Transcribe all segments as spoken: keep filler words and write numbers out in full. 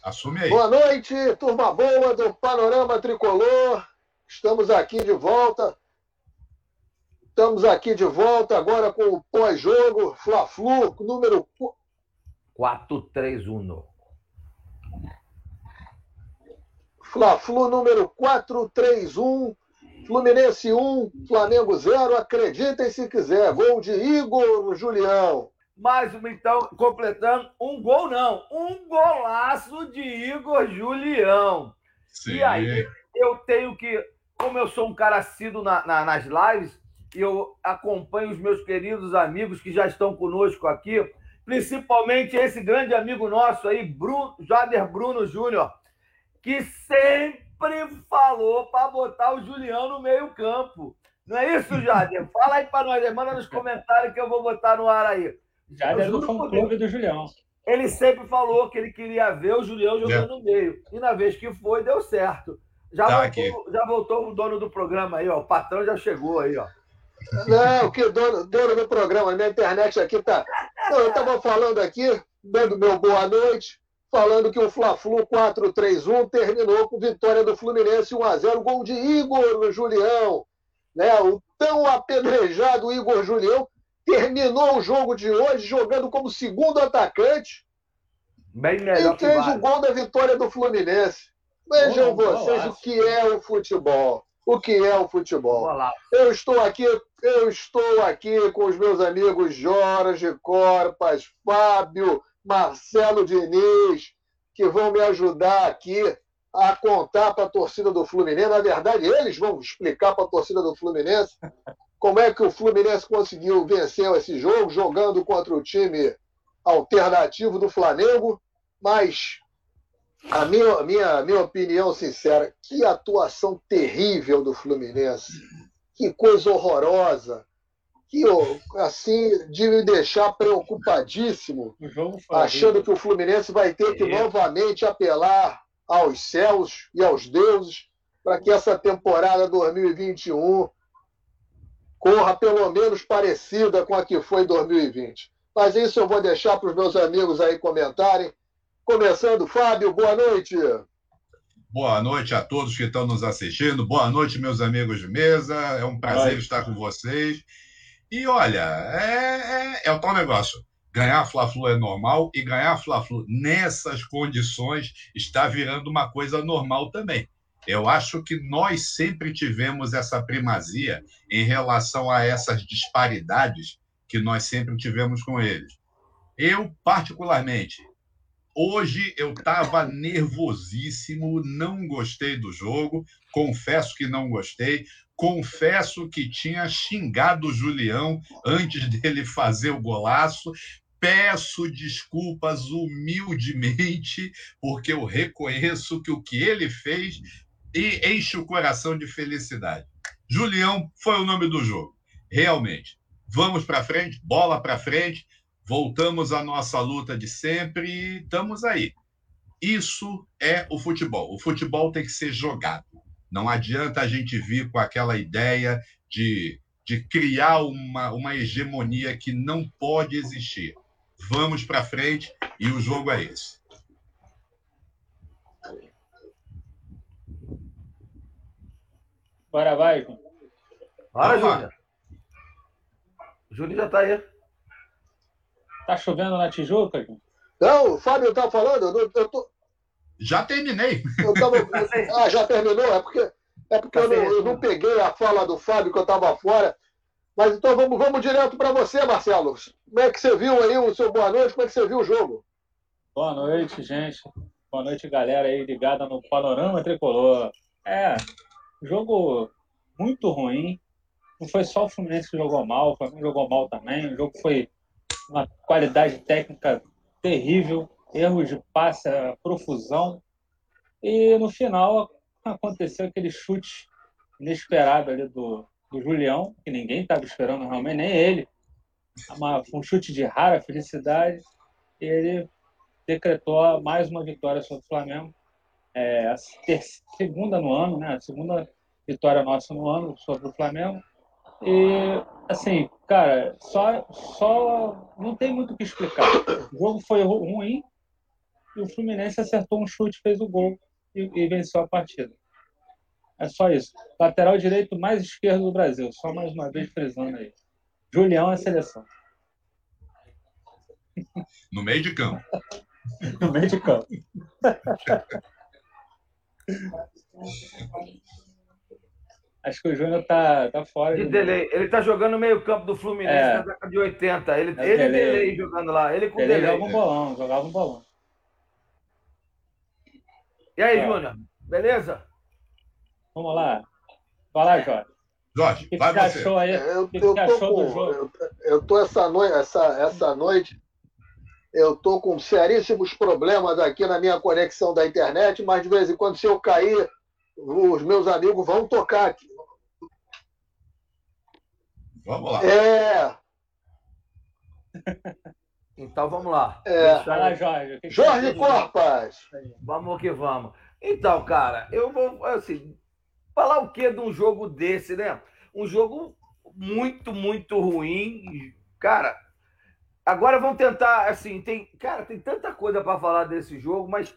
Assume aí. Boa noite, turma boa do Panorama Tricolor. Estamos aqui de volta. Estamos aqui de volta agora com o pós-jogo Fla-Flu, número quatro três um. Fla-Flu número quatro três um. Fluminense um, Flamengo zero. Acreditem se quiser. Gol de Igor Julião. Mais uma, então, completando, um gol não, um golaço de Igor Julião. Sim. E aí, eu tenho que, como eu sou um cara assíduo na, na, nas lives, eu acompanho os meus queridos amigos que já estão conosco aqui, principalmente esse grande amigo nosso aí, Bruno, Jader Bruno Júnior, que sempre falou para botar o Julião no meio-campo. Não é isso, Jader? Fala aí para nós, manda nos comentários que eu vou botar no ar aí. Jader é do fã-clube do Julião. Ele sempre falou que ele queria ver o Julião jogando é. no meio. E na vez que foi, deu certo. Já, tá voltou, já voltou o dono do programa aí, ó. O patrão já chegou aí, ó. Não, que dono, dono do programa, minha internet aqui tá. Não, eu estava falando aqui, dando meu boa noite, falando que o Fla-Flu quatro três um terminou com vitória do Fluminense um a zero, gol de Igor Julião. Né? O tão apedrejado Igor Julião terminou o jogo de hoje jogando como segundo atacante. Bem melhor e fez que o gol da vitória do Fluminense. Vejam Boa, vocês boa, o que é o futebol. O que é o futebol. Olá. Eu estou aqui, eu estou aqui com os meus amigos Jorge Corpas, Fábio, Marcelo Diniz, que vão me ajudar aqui a contar para a torcida do Fluminense. Na verdade, eles vão explicar para a torcida do Fluminense como é que o Fluminense conseguiu vencer esse jogo, jogando contra o time alternativo do Flamengo. Mas a minha, minha, minha opinião sincera, que atuação terrível do Fluminense. Que coisa horrorosa. Que, assim, de me deixar preocupadíssimo, achando que o Fluminense vai ter que novamente apelar aos céus e aos deuses para que essa temporada dois mil e vinte e um corra pelo menos parecida com a que foi dois mil e vinte. Mas isso eu vou deixar para os meus amigos aí comentarem. Começando, Fábio, boa noite. Boa noite a todos que estão nos assistindo. Boa noite, meus amigos de mesa. É um prazer Oi. estar com vocês. E olha, é, é, é o tal negócio. Ganhar Fla-Flu é normal e ganhar Fla-Flu nessas condições está virando uma coisa normal também. Eu acho que nós sempre tivemos essa primazia em relação a essas disparidades que nós sempre tivemos com eles. Eu, particularmente, hoje eu estava nervosíssimo, não gostei do jogo, confesso que não gostei, confesso que tinha xingado o Julião antes dele fazer o golaço. Peço desculpas humildemente, porque eu reconheço que o que ele fez e enche o coração de felicidade. Julião foi o nome do jogo, realmente. Vamos para frente, bola para frente, voltamos à nossa luta de sempre e estamos aí. Isso é o futebol. O futebol tem que ser jogado. Não adianta a gente vir com aquela ideia de, de criar uma, uma hegemonia que não pode existir. Vamos para frente e o jogo é esse. Bora, vai, João. Bora, Júnior. O Júnior já tá aí. Tá chovendo na Tijuca, João? Não, o Fábio tá falando. Eu, eu tô... Já terminei. Eu tava... Ah, já terminou? É porque, é porque eu, não, eu não peguei a fala do Fábio, que eu estava fora. Mas então vamos, vamos direto para você, Marcelo. Como é que você viu aí o seu boa noite? Como é que você viu o jogo? Boa noite, gente. Boa noite, galera aí ligada no Panorama Tricolor. É, jogo muito ruim. Não foi só o Fluminense que jogou mal, o Flamengo jogou mal também. O jogo foi uma qualidade técnica terrível, erros de passe, profusão. E no final aconteceu aquele chute inesperado ali do, do Julião, que ninguém estava esperando realmente, nem ele. Uma, um chute de rara felicidade. E ele decretou mais uma vitória sobre o Flamengo. É, a ter, segunda no ano, né? A segunda vitória nossa no ano sobre o Flamengo. E, assim, cara, só, só não tem muito o que explicar. O jogo foi ruim, e o Fluminense acertou um chute, fez o gol e, e venceu a partida. É só isso. Lateral direito mais esquerdo do Brasil. Só mais uma vez frisando aí. Julião é seleção. No meio de campo. No meio de campo. Acho que o Júnior tá, tá fora. De de delay. Ele tá jogando no meio campo do Fluminense É. na década de oitenta. Ele, É ele delay. delay jogando lá. Ele com Ele delay. jogava um bolão, jogava um bolão. E aí, É. Júnior? Beleza? Vamos lá. Vai lá, Jorge. Jorge, O que vai você você. achou aí? Eu, O que eu você tô achou do com. jogo? Eu, eu tô essa noite, essa, essa noite, eu tô com seríssimos problemas aqui na minha conexão da internet, mas de vez em quando, se eu cair, os meus amigos vão tocar aqui. Vamos lá. É. Então vamos lá. É. Deixa- Vai lá, Jorge. O que que Jorge você achou do jogo? Corpas. Vamos que vamos. Então, cara, eu vou, assim, falar o que de um jogo desse, né? Um jogo muito, muito ruim. Cara, agora vamos tentar, assim, tem, cara, tem tanta coisa para falar desse jogo, mas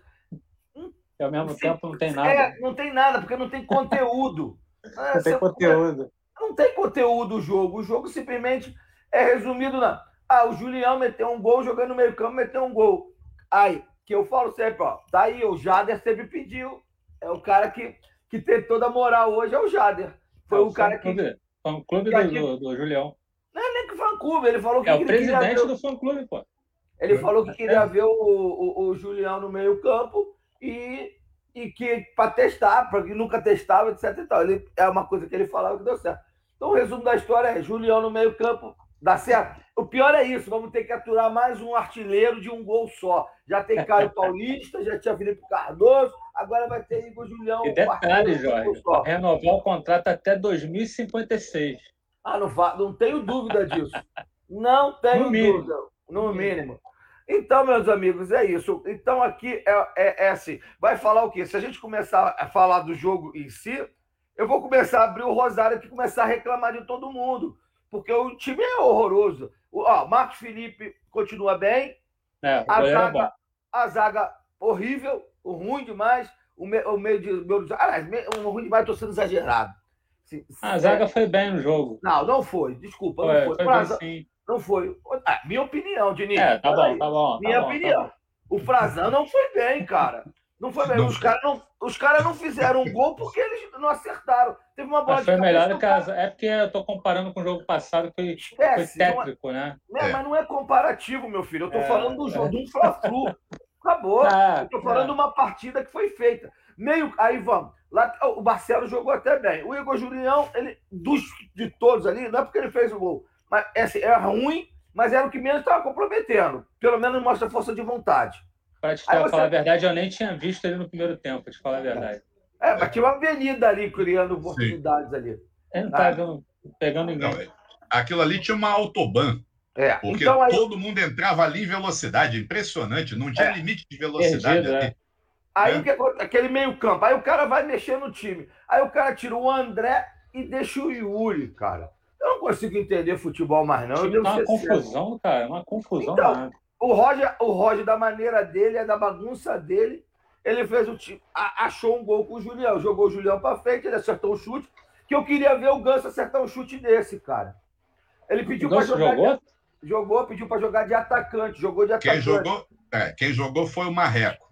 E ao mesmo Sim. tempo não tem nada. é, não tem nada, porque não tem conteúdo. É, Não tem você- conteúdo. Não tem conteúdo o jogo. O jogo simplesmente é resumido na. Ah, o Julião meteu um gol jogando no meio campo, meteu um gol. Aí, que eu falo sempre, ó, tá aí, o Jader sempre pediu. É o cara que, que tem toda a moral hoje, é o Jader. Foi É o cara que. fã-clube- fã-clube que do, aqui- do, do Julião. Nem que fã clube, ele falou que É o ele queria presidente ver- do fã-clube, pô. Ele falou que queria É. ver o, o, o Julião no meio campo e, e que para testar, porque nunca testava, etc e tal. Ele, é uma coisa que ele falava que deu certo. Então o resumo da história é Julião no meio campo, dá certo. O pior é isso, vamos ter que aturar mais um artilheiro de um gol só. Já tem Caio Paulista, já tinha Felipe Cardoso, agora vai ter Igor Julião. E o detalhe, artilheiro de um gol Jorge, só. renovar o contrato até dois mil e cinquenta e seis. Ah, não, fa- não tenho dúvida disso. Não tenho No mínimo. dúvida. No mínimo. Então, meus amigos, é isso. Então, aqui é, é, é assim. Vai falar o quê? Se a gente começar a falar do jogo em si, eu vou começar a abrir o Rosário aqui e começar a reclamar de todo mundo. Porque o time é horroroso. O, ó, Marcos Felipe continua bem. É, o A goleiro é bom. zaga, a zaga horrível, o ruim demais. O, me, o meio de. Meu, aliás, me- o ruim demais, estou sendo exagerado. Se- A se- zaga foi bem no jogo. Não, não foi. Desculpa, Foi, não foi. foi Fraza- bem sim. Não foi. Ah, minha opinião, Diniz. É, tá Peraí. bom, tá bom. Minha tá bom, opinião. Tá bom. O Frazan não foi bem, cara. Não foi bem. Não Os foi. caras não, os cara não fizeram um gol porque eles não acertaram. Teve uma bola Mas foi de melhor cabeça do que a zaga. É porque eu tô comparando com o jogo passado, que foi, foi Esquece, não é- tétrico, né? Né, É. Mas não é comparativo, meu filho. Eu tô É, falando do jogo, é. de um Fla-Flu. Acabou. Ah, Eu tô falando de uma partida que foi feita. Meio. Aí vamos. Lá, o Marcelo jogou até bem. O Igor Julião, ele, dos, de todos ali, não é porque ele fez o gol. Mas é, assim, é ruim, mas era o que menos estava comprometendo. Pelo menos mostra força de vontade. Pra te Aí falar você- a verdade, eu nem tinha visto ele no primeiro tempo, pra te falar a verdade. É, mas tinha uma avenida ali criando oportunidades ali. Ele não tá Ah. vendo- pegando ninguém. Não, é- aquilo ali tinha uma autobahn, É, porque então aí. todo mundo entrava ali em velocidade, impressionante, não tinha É. limite de velocidade Perdido, ali. é. Aí É. o que acontece? Aquele meio-campo. Aí o cara vai mexer no time. Aí o cara tira o André e deixa o Yuri, cara. Eu não consigo entender futebol mais, não. O Eu time devo tá uma ser sério. confusão, cara. Uma confusão Então, nada. O Roger, o Roger, da maneira dele, é da bagunça dele. Ele fez o time, a- achou um gol com o Julião, jogou o Julião pra frente, ele acertou um chute. Que eu queria ver o Ganso acertar um chute desse, cara. Ele pediu O pra Ganso jogar. jogou? De, jogou, pediu pra jogar de atacante, jogou de Quem atacante. jogou, é, quem jogou foi o Marreco.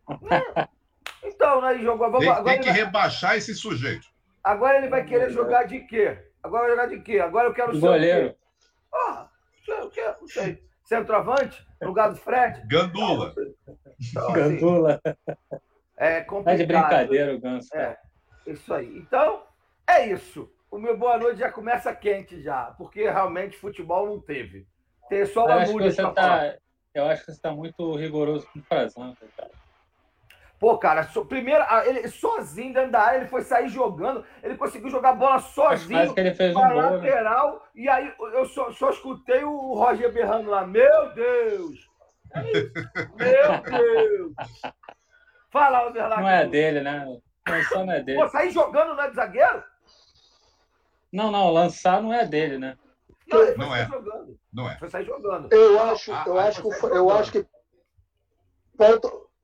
Então, né, ele jogou. Vamos, Tem, agora, tem ele que vai, rebaixar esse sujeito. agora ele vai querer jogar de quê? Agora vai jogar de quê? Agora eu quero O ser o quê? goleiro. Ah, o quê? Não sei. Centroavante? No lugar do Fred? Gandula. Então, assim, Gandula. é Tá complicado. de brincadeira o Ganso. cara. É, isso aí. Então, é isso. O meu boa noite já começa quente já, porque realmente futebol não teve. Tem só Eu uma acho que mulher você pra falar. tá. Eu acho que você tá muito rigoroso com o Frazan, cara. Pô, cara, so, primeiro, ah, ele sozinho dentro da área, ele foi sair jogando, ele conseguiu jogar a bola Mas sozinho. quase que ele fez um Pra gol, né? lateral, e aí eu só, só escutei o Roger berrando lá, meu Deus! É isso. Meu Deus! Fala, Overlap. Não é dele, né? Não, só não é dele. Pô, sair jogando não é de zagueiro? Não, não, lançar não é dele, né? Não, ele foi Não sair é. jogando. Não é. Foi sair jogando. Eu acho, Ah, eu ah, acho que, você eu jogou. acho que ponto,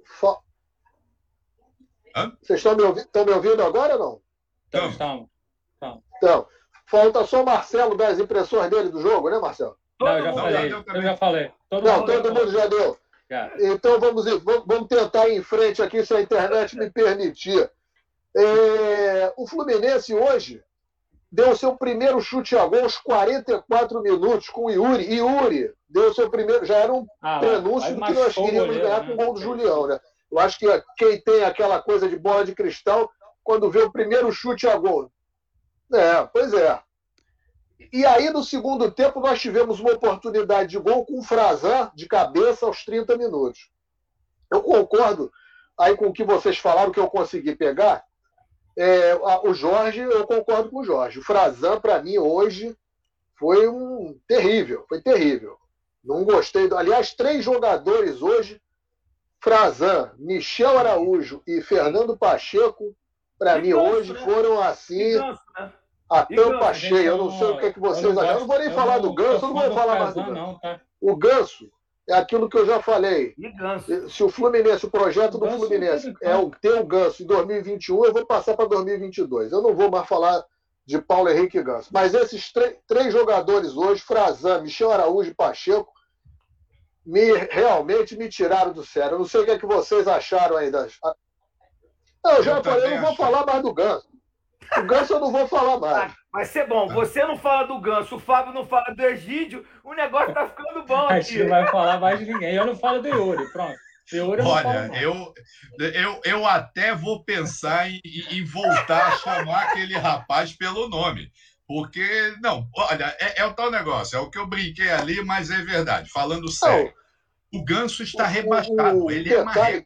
Fa... Vocês estão me, ouvi... me ouvindo agora ou não? Estamos, estamos. Então, falta só o Marcelo dar as impressões dele do jogo, né, Marcelo? Não, eu já falei. Eu já falei. Todo não, mundo todo mundo já deu. Já. Então vamos, ir, vamos tentar ir em frente aqui, se a internet me permitir. É... O Fluminense hoje deu o seu primeiro chute a gol aos quarenta e quatro minutos com o Yuri. Yuri deu o seu primeiro. Já era um ah, prenúncio do que nós queríamos goleiro, ganhar, né? Com o gol do Julião, né? Eu acho que quem tem aquela coisa de bola de cristal, quando vê o primeiro chute a gol. É, pois é. E aí, no segundo tempo, nós tivemos uma oportunidade de gol com o Frazan de cabeça aos trinta minutos. Eu concordo aí com o que vocês falaram, que eu consegui pegar. É, o Jorge, eu concordo com o Jorge. O Frazan, para mim, hoje, foi um terrível. Foi terrível. Não gostei. Do... Aliás, três jogadores hoje, Frazan, Michel Araújo e Fernando Pacheco, para mim, ganso, hoje, né? Foram assim... Ganso, né? A tampa cheia, eu não sei o que, é que vocês acham. Eu não vou nem falar do Ganso, eu não vou falar mais do Ganso. O Ganso é aquilo que eu já falei. Se o Fluminense, o projeto do Fluminense é o ter o Ganso em dois mil e vinte e um, eu vou passar para dois mil e vinte e dois. Eu não vou mais falar de Paulo Henrique e Ganso. Mas esses três jogadores hoje, Frazan, Michel Araújo e Pacheco, me, realmente me tiraram do sério. Eu não sei o que, é que vocês acharam aí. Das... Não, eu já eu falei, eu não vou falar mais do Ganso. O Ganso eu não vou falar mais. Vai ser bom. Você não fala do Ganso, o Fábio não fala do Egídio, o negócio tá ficando bom aqui. A gente não vai falar mais de ninguém. Eu não falo do Yuri, pronto. Yuri eu Olha, não eu, eu, eu até vou pensar em, em voltar a chamar aquele rapaz pelo nome. Porque, não, olha, é, é o tal negócio, é o que eu brinquei ali, mas é verdade. Falando sério, não, o Ganso está o, rebaixado, o, ele o é marrento.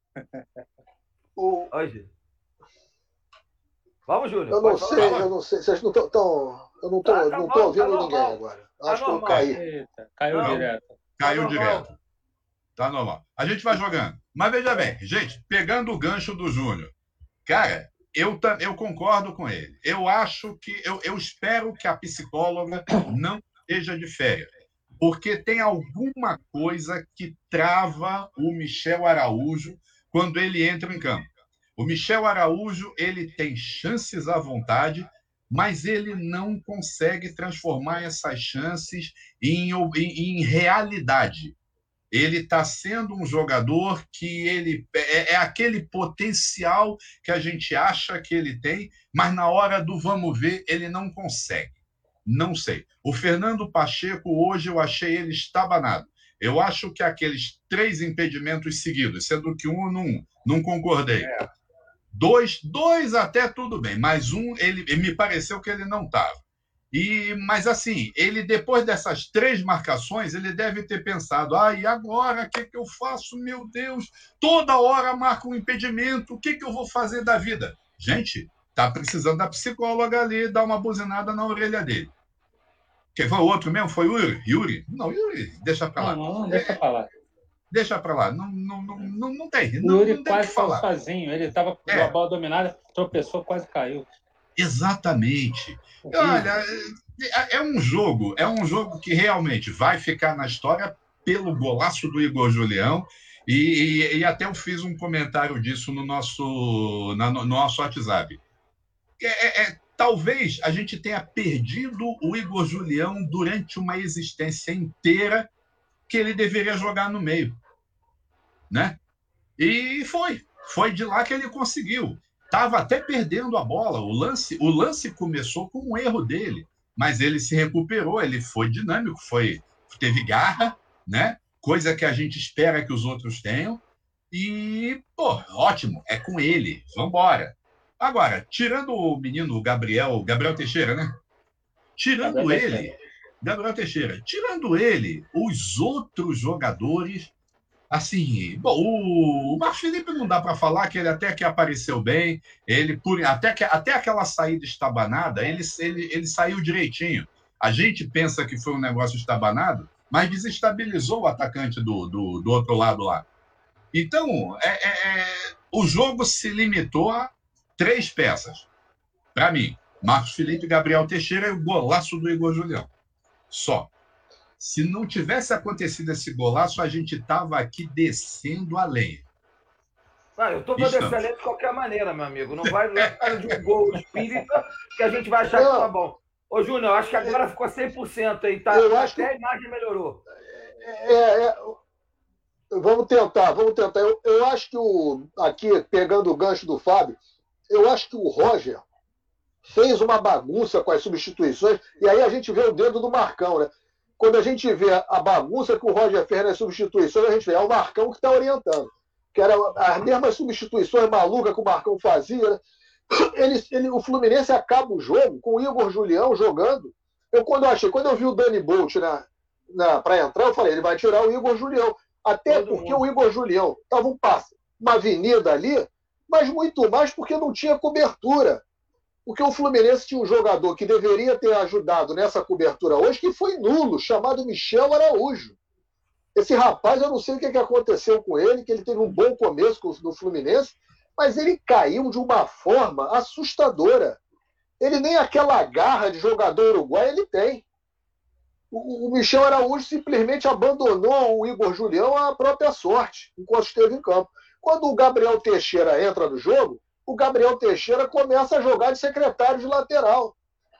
O... Hoje. Vamos, Júlio. Eu não sei, falar. eu não sei. Vocês não estão. Tão... Eu não estou tá, tá não tô ouvindo tá ninguém agora. Tá Acho normal. que eu caí. Eita, caiu não, direto. Caiu tá direto. Tá normal. A gente vai jogando. Mas veja bem, gente, pegando o gancho do Júnior, cara, eu, eu concordo com ele. Eu acho que. Eu, eu espero que a psicóloga não esteja de férias. Porque tem alguma coisa que trava o Michel Araújo quando ele entra em campo. O Michel Araújo, ele tem chances à vontade, mas ele não consegue transformar essas chances em, em, em realidade. Ele está sendo um jogador que ele é, é aquele potencial que a gente acha que ele tem, mas na hora do vamos ver, ele não consegue. Não sei. O Fernando Pacheco, hoje, eu achei ele estabanado. Eu acho que aqueles três impedimentos seguidos, sendo que um não, não concordei. É. Dois, dois até tudo bem, mas um, ele, me pareceu que ele não estava. E, mas assim, ele depois dessas três marcações, ele deve ter pensado, ah, e agora, o que, que eu faço? Meu Deus, toda hora marca um impedimento, o que, que eu vou fazer da vida? Gente, tá precisando da psicóloga ali, dar uma buzinada na orelha dele. Quem foi o outro mesmo? Foi o Yuri? Yuri? Não, Yuri, deixa pra lá. Não, não, deixa pra lá. Deixa pra lá, não, não, não, não, não tem. O não, Yuri não tem quase saiu sozinho, ele estava com é. a bola dominada, tropeçou, quase caiu. Exatamente. Olha, é, é um jogo, é um jogo que realmente vai ficar na história pelo golaço do Igor Julião, e, e, e até eu fiz um comentário disso no nosso, na, no nosso WhatsApp. É, é, talvez a gente tenha perdido o Igor Julião durante uma existência inteira que ele deveria jogar no meio, né? E foi, foi de lá que ele conseguiu. Estava até perdendo a bola, o lance, o lance começou com um erro dele, mas ele se recuperou, ele foi dinâmico, foi, teve garra, né? Coisa que a gente espera que os outros tenham, e, pô, ótimo, é com ele, vamos embora. Agora, tirando o menino Gabriel, Gabriel Teixeira, né? Tirando Gabriel ele... Teixeira. Gabriel Teixeira, tirando ele, os outros jogadores, assim, bom, o Marcos Felipe não dá para falar que ele até que apareceu bem, ele por, até, que, até aquela saída estabanada, ele, ele, ele saiu direitinho. A gente pensa que foi um negócio estabanado, mas desestabilizou o atacante do, do, do outro lado lá. Então, é, é, é, o jogo se limitou a três peças. Para mim, Marcos Felipe, Gabriel Teixeira e o golaço do Igor Julião. Só. Se não tivesse acontecido esse golaço, a gente estava aqui descendo a lenha. Ah, eu estou dando Estamos. excelente de qualquer maneira, meu amigo. Não vai levar de um gol espírita que a gente vai achar Não. que tá bom. Ô, Júnior, acho que agora ficou cem por cento aí, tá? Eu acho Até que- a imagem melhorou. É, é, vamos tentar, vamos tentar. Eu, eu acho que o. Aqui, pegando o gancho do Fábio, eu acho que o Roger fez uma bagunça com as substituições, e aí a gente vê o dedo do Marcão, né? Quando a gente vê a bagunça que o Roger fez nas substituições, a gente vê, é o Marcão que está orientando. Que era as mesmas substituições malucas que o Marcão fazia, né? Ele, ele, o Fluminense acaba o jogo com o Igor Julião jogando. Eu, quando eu achei, quando eu vi o Dani Bolt na, na, para entrar, eu falei, ele vai tirar o Igor Julião. Até Todo porque mundo. o Igor Julião estava um passe, uma avenida ali, mas muito mais porque não tinha cobertura. Porque o Fluminense tinha um jogador que deveria ter ajudado nessa cobertura hoje, que foi nulo, chamado Michel Araújo. Esse rapaz, eu não sei o que aconteceu com ele, que ele teve um bom começo no Fluminense, mas ele caiu de uma forma assustadora. Ele nem aquela garra de jogador uruguai ele tem. O, o Michel Araújo simplesmente abandonou o Igor Julião à própria sorte, enquanto esteve em campo. Quando o Gabriel Teixeira entra no jogo, o Gabriel Teixeira começa a jogar de secretário de lateral.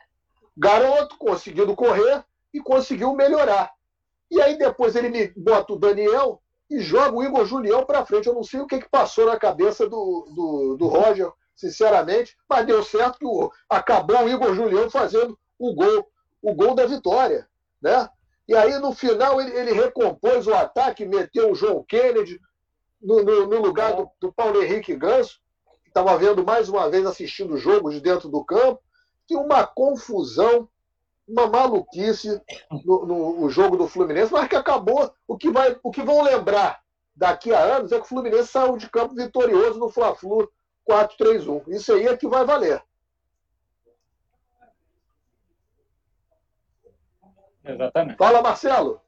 Garoto, conseguindo correr e conseguiu melhorar. E aí depois ele me bota o Daniel e joga o Igor Julião para frente. Eu não sei o que, que passou na cabeça do, do, do Roger, sinceramente, mas deu certo que o, acabou o Igor Julião fazendo o gol, o gol da vitória, né? E aí no final ele, ele recompôs o ataque, meteu o João Kennedy no, no, no lugar do, do Paulo Henrique Ganso, que estava vendo mais uma vez assistindo o jogo de dentro do campo, que uma confusão, uma maluquice no, no, no jogo do Fluminense, mas que acabou. O que, vai, o que vão lembrar daqui a anos é que o Fluminense saiu de campo vitorioso no Fla-Flu quatro três um. Isso aí é que vai valer. Exatamente. Fala, Marcelo.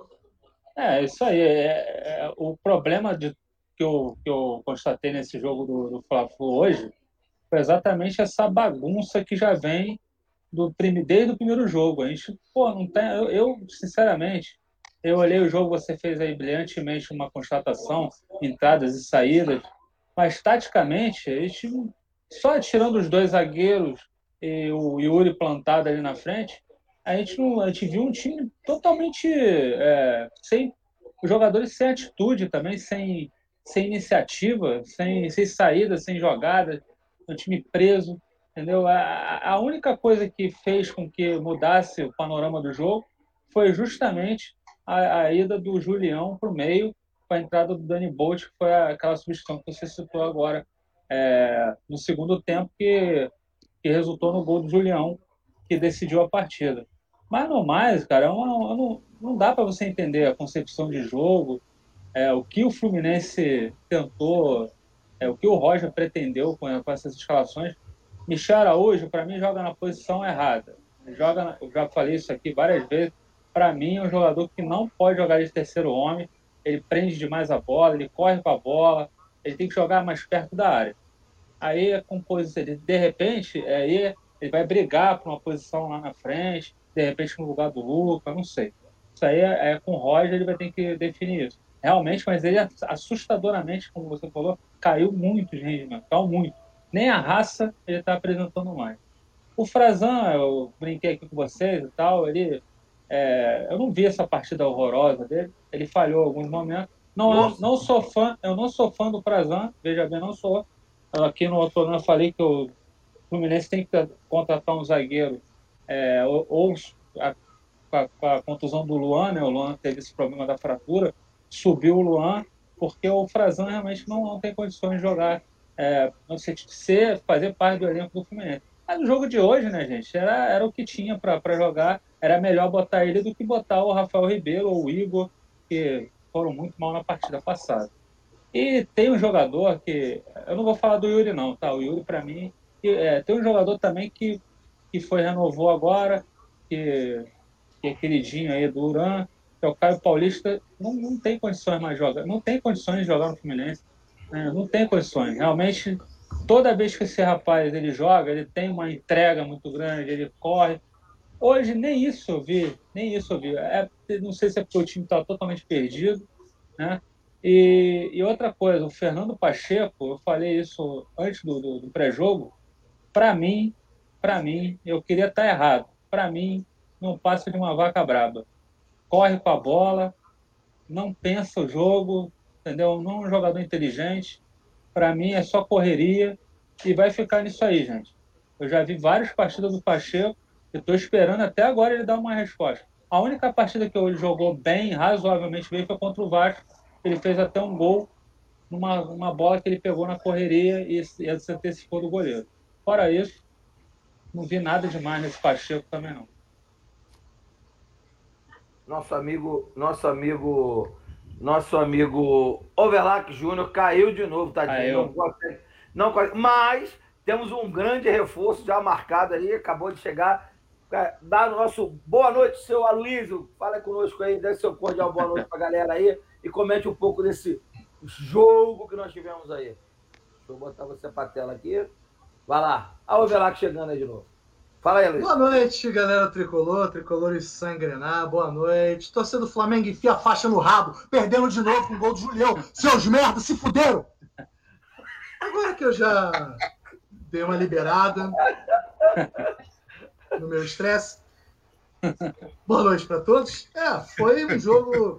É, isso aí. É, é, o problema de, que, eu, que eu constatei nesse jogo do, do Fla-Flu hoje foi exatamente essa bagunça que já vem do, desde o primeiro jogo. A gente, pô, não tem. Eu, eu, sinceramente, eu olhei o jogo, você fez aí brilhantemente uma constatação, entradas e saídas, mas taticamente, a gente, só tirando os dois zagueiros e o Yuri plantado ali na frente, a gente, não, a gente viu um time totalmente é, sem os jogadores sem atitude também, sem, sem iniciativa, sem, sem saída, sem jogada, um time preso. Entendeu? A, a única coisa que fez com que mudasse o panorama do jogo foi justamente a, a ida do Julião para o meio, com a entrada do Dani Bolt, que foi a, aquela substituição que você citou agora é, no segundo tempo, que, que resultou no gol do Julião, que decidiu a partida. Mas no mais, cara, uma, não, não dá para você entender a concepção de jogo, é, o que o Fluminense tentou, é, o que o Roger pretendeu com, com essas escalações. Michel Araújo, para mim, joga na posição errada. Joga na, eu já falei isso aqui várias vezes. Para mim, é um jogador que não pode jogar de terceiro homem. Ele prende demais a bola, ele corre com a bola, ele tem que jogar mais perto da área. Aí, a composição, de repente, aí ele vai brigar por uma posição lá na frente, de repente no lugar do Lucas, não sei. Isso aí é, é com o Roger, ele vai ter que definir isso. Realmente, mas ele assustadoramente, como você falou, caiu muito de rendimento, caiu muito. Nem a raça ele está apresentando mais. O Frazan, eu brinquei aqui com vocês e tal, ele, é, eu não vi essa partida horrorosa dele, ele falhou em alguns momentos. Não, eu, não sou fã, eu não sou fã do Frazan, veja bem, não sou. Aqui no outro ano eu falei que o Fluminense tem que contratar um zagueiro, é, ou, ou a, a, a contusão do Luan, né? O Luan teve esse problema da fratura, subiu o Luan, porque o Frazan realmente não, não tem condições de jogar. É, não sei, ser, fazer parte do elenco do Fluminense. Mas no jogo de hoje, né, gente, era, era o que tinha para jogar. Era melhor botar ele do que botar o Rafael Ribeiro ou o Igor, que foram muito mal na partida passada. E tem um jogador que... Eu não vou falar do Yuri, não, tá? O Yuri, para mim... Que, é, tem um jogador também que, que foi, renovou agora, que, que é queridinho aí do Uran, que é o Caio Paulista. Não, não tem condições mais de jogar. Não tem condições de jogar no Fluminense. É, não tem condições. Realmente, toda vez que esse rapaz ele joga, ele tem uma entrega muito grande, ele corre. Hoje, nem isso eu vi, nem isso eu vi. É, não sei se é porque o time está totalmente perdido, né? E, e outra coisa, o Fernando Pacheco, eu falei isso antes do, do, do pré-jogo, para mim, para mim, eu queria estar errado, para mim, não passa de uma vaca braba. Corre com a bola, não pensa o jogo, entendeu? Não é um jogador inteligente, para mim é só correria e vai ficar nisso aí, gente. Eu já vi várias partidas do Pacheco e estou esperando até agora ele dar uma resposta. A única partida que ele jogou bem, razoavelmente bem, foi contra o Vasco. Ele fez até um gol numa uma bola que ele pegou na correria e, e se antecipou do goleiro. Fora isso, não vi nada demais nesse Pacheco também, não. Nosso amigo, nosso amigo, nosso amigo Overlac Júnior caiu de novo, tadinho. Não consegue, não consegue, mas temos um grande reforço já marcado aí, acabou de chegar. Dá o nosso boa noite, seu Aloysio. Fala conosco aí, dê seu cordial boa noite pra galera aí e comente um pouco desse jogo que nós tivemos aí. Deixa eu botar você pra tela aqui. Vai lá. A Overlac chegando aí de novo. Fala aí, Luiz. Boa noite, galera tricolor, tricolores sangrenar, boa noite. Torcendo do Flamengo, enfia a faixa no rabo, perdendo de novo com o gol do Julião. Seus merda, se fuderam! Agora que eu já dei uma liberada no meu estresse, boa noite para todos. É, foi um jogo...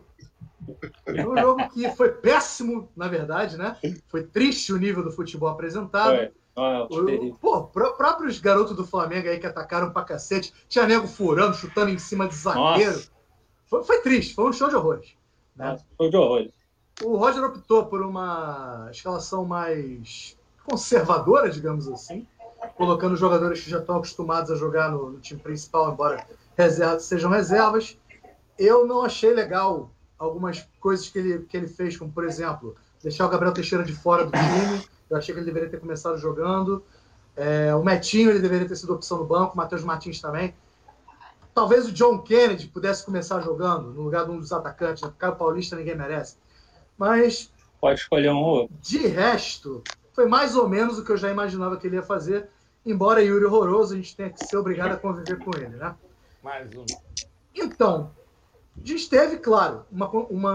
Foi um jogo que foi péssimo, na verdade, né? Foi triste o nível do futebol apresentado. Foi. Oh, o, pô, pró próprios garotos do Flamengo aí que atacaram pra cacete, tinha nego furando, chutando em cima de zagueiro. Foi, foi triste, foi um show de horrores. Né? Nossa, show de horrores. O Roger optou por uma escalação mais conservadora, digamos assim, colocando jogadores que já estão acostumados a jogar no, no time principal, embora reserva, sejam reservas. Eu não achei legal algumas coisas que ele, que ele fez, como, por exemplo, deixar o Gabriel Teixeira de fora do time. Eu achei que ele deveria ter começado jogando. É, o Metinho, ele deveria ter sido opção no banco. O Matheus Martins também. Talvez o John Kennedy pudesse começar jogando no lugar de um dos atacantes. Né? O Caio Paulista ninguém merece. Mas... Pode escolher um outro. De resto, foi mais ou menos o que eu já imaginava que ele ia fazer. Embora Yuri horroroso, a gente tenha que ser obrigado a conviver com ele, né? Mais um. Então... A gente teve, claro, uma,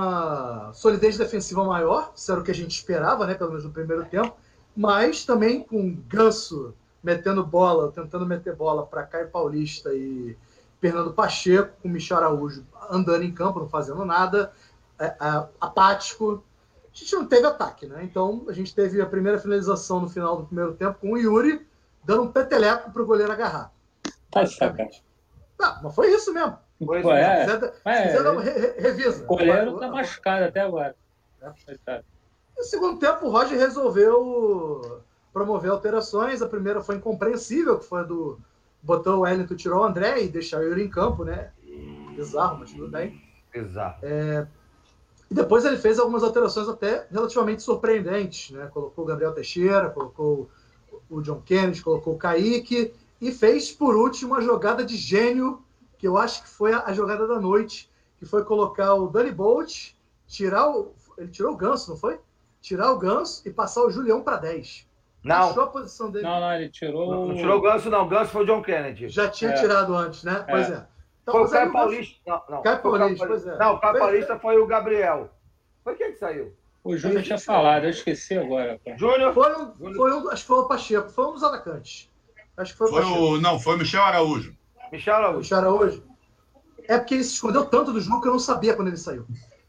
uma solidez defensiva maior, isso era o que a gente esperava, né, pelo menos no primeiro tempo, mas também com Ganso metendo bola, tentando meter bola para Caio Paulista e Fernando Pacheco, com Michel Araújo andando em campo, não fazendo nada, é, é, apático. A gente não teve ataque, né? Então a gente teve a primeira finalização no final do primeiro tempo com o Yuri dando um peteleco para o goleiro agarrar. Tá sacanagem. Não, mas foi isso mesmo. Pois é, quiser, é, quiser dar uma re revisa. O goleiro tá machucado até agora. É. No segundo tempo, o Roger resolveu promover alterações. A primeira foi incompreensível, que foi a do... Botou o Wellington, tirou o André e deixou o Yuri em campo, né? Bizarro, mas tudo bem. Bizarro. É... E depois ele fez algumas alterações até relativamente surpreendentes, né? Colocou o Gabriel Teixeira, colocou o John Kennedy, colocou o Kaique e fez, por último, uma jogada de gênio, que eu acho que foi a, a jogada da noite, que foi colocar o Danny Bolt, tirar o... Ele tirou o Ganso, não foi? Tirar o Ganso e passar o Julião para dez. Não. Achou a posição dele. Não, não, ele tirou... Não, não tirou o Ganso, não. O Ganso foi o John Kennedy. Já tinha é. tirado antes, né? É. Pois é. Então, foi o Caio Paulista. Não, não. Caio Paulista, pois é. Não, o Caio Paulista foi o Gabriel. Foi quem que saiu? O Júnior tinha falado, eu esqueci agora. Júnior? Foi um, foi um, acho que foi o Pacheco, foi um dos atacantes. Acho que foi o foi Pacheco. o, não, foi o Michel Araújo. Michel Araújo. Michel Araújo. É porque ele se escondeu tanto do jogo que eu não sabia quando ele saiu.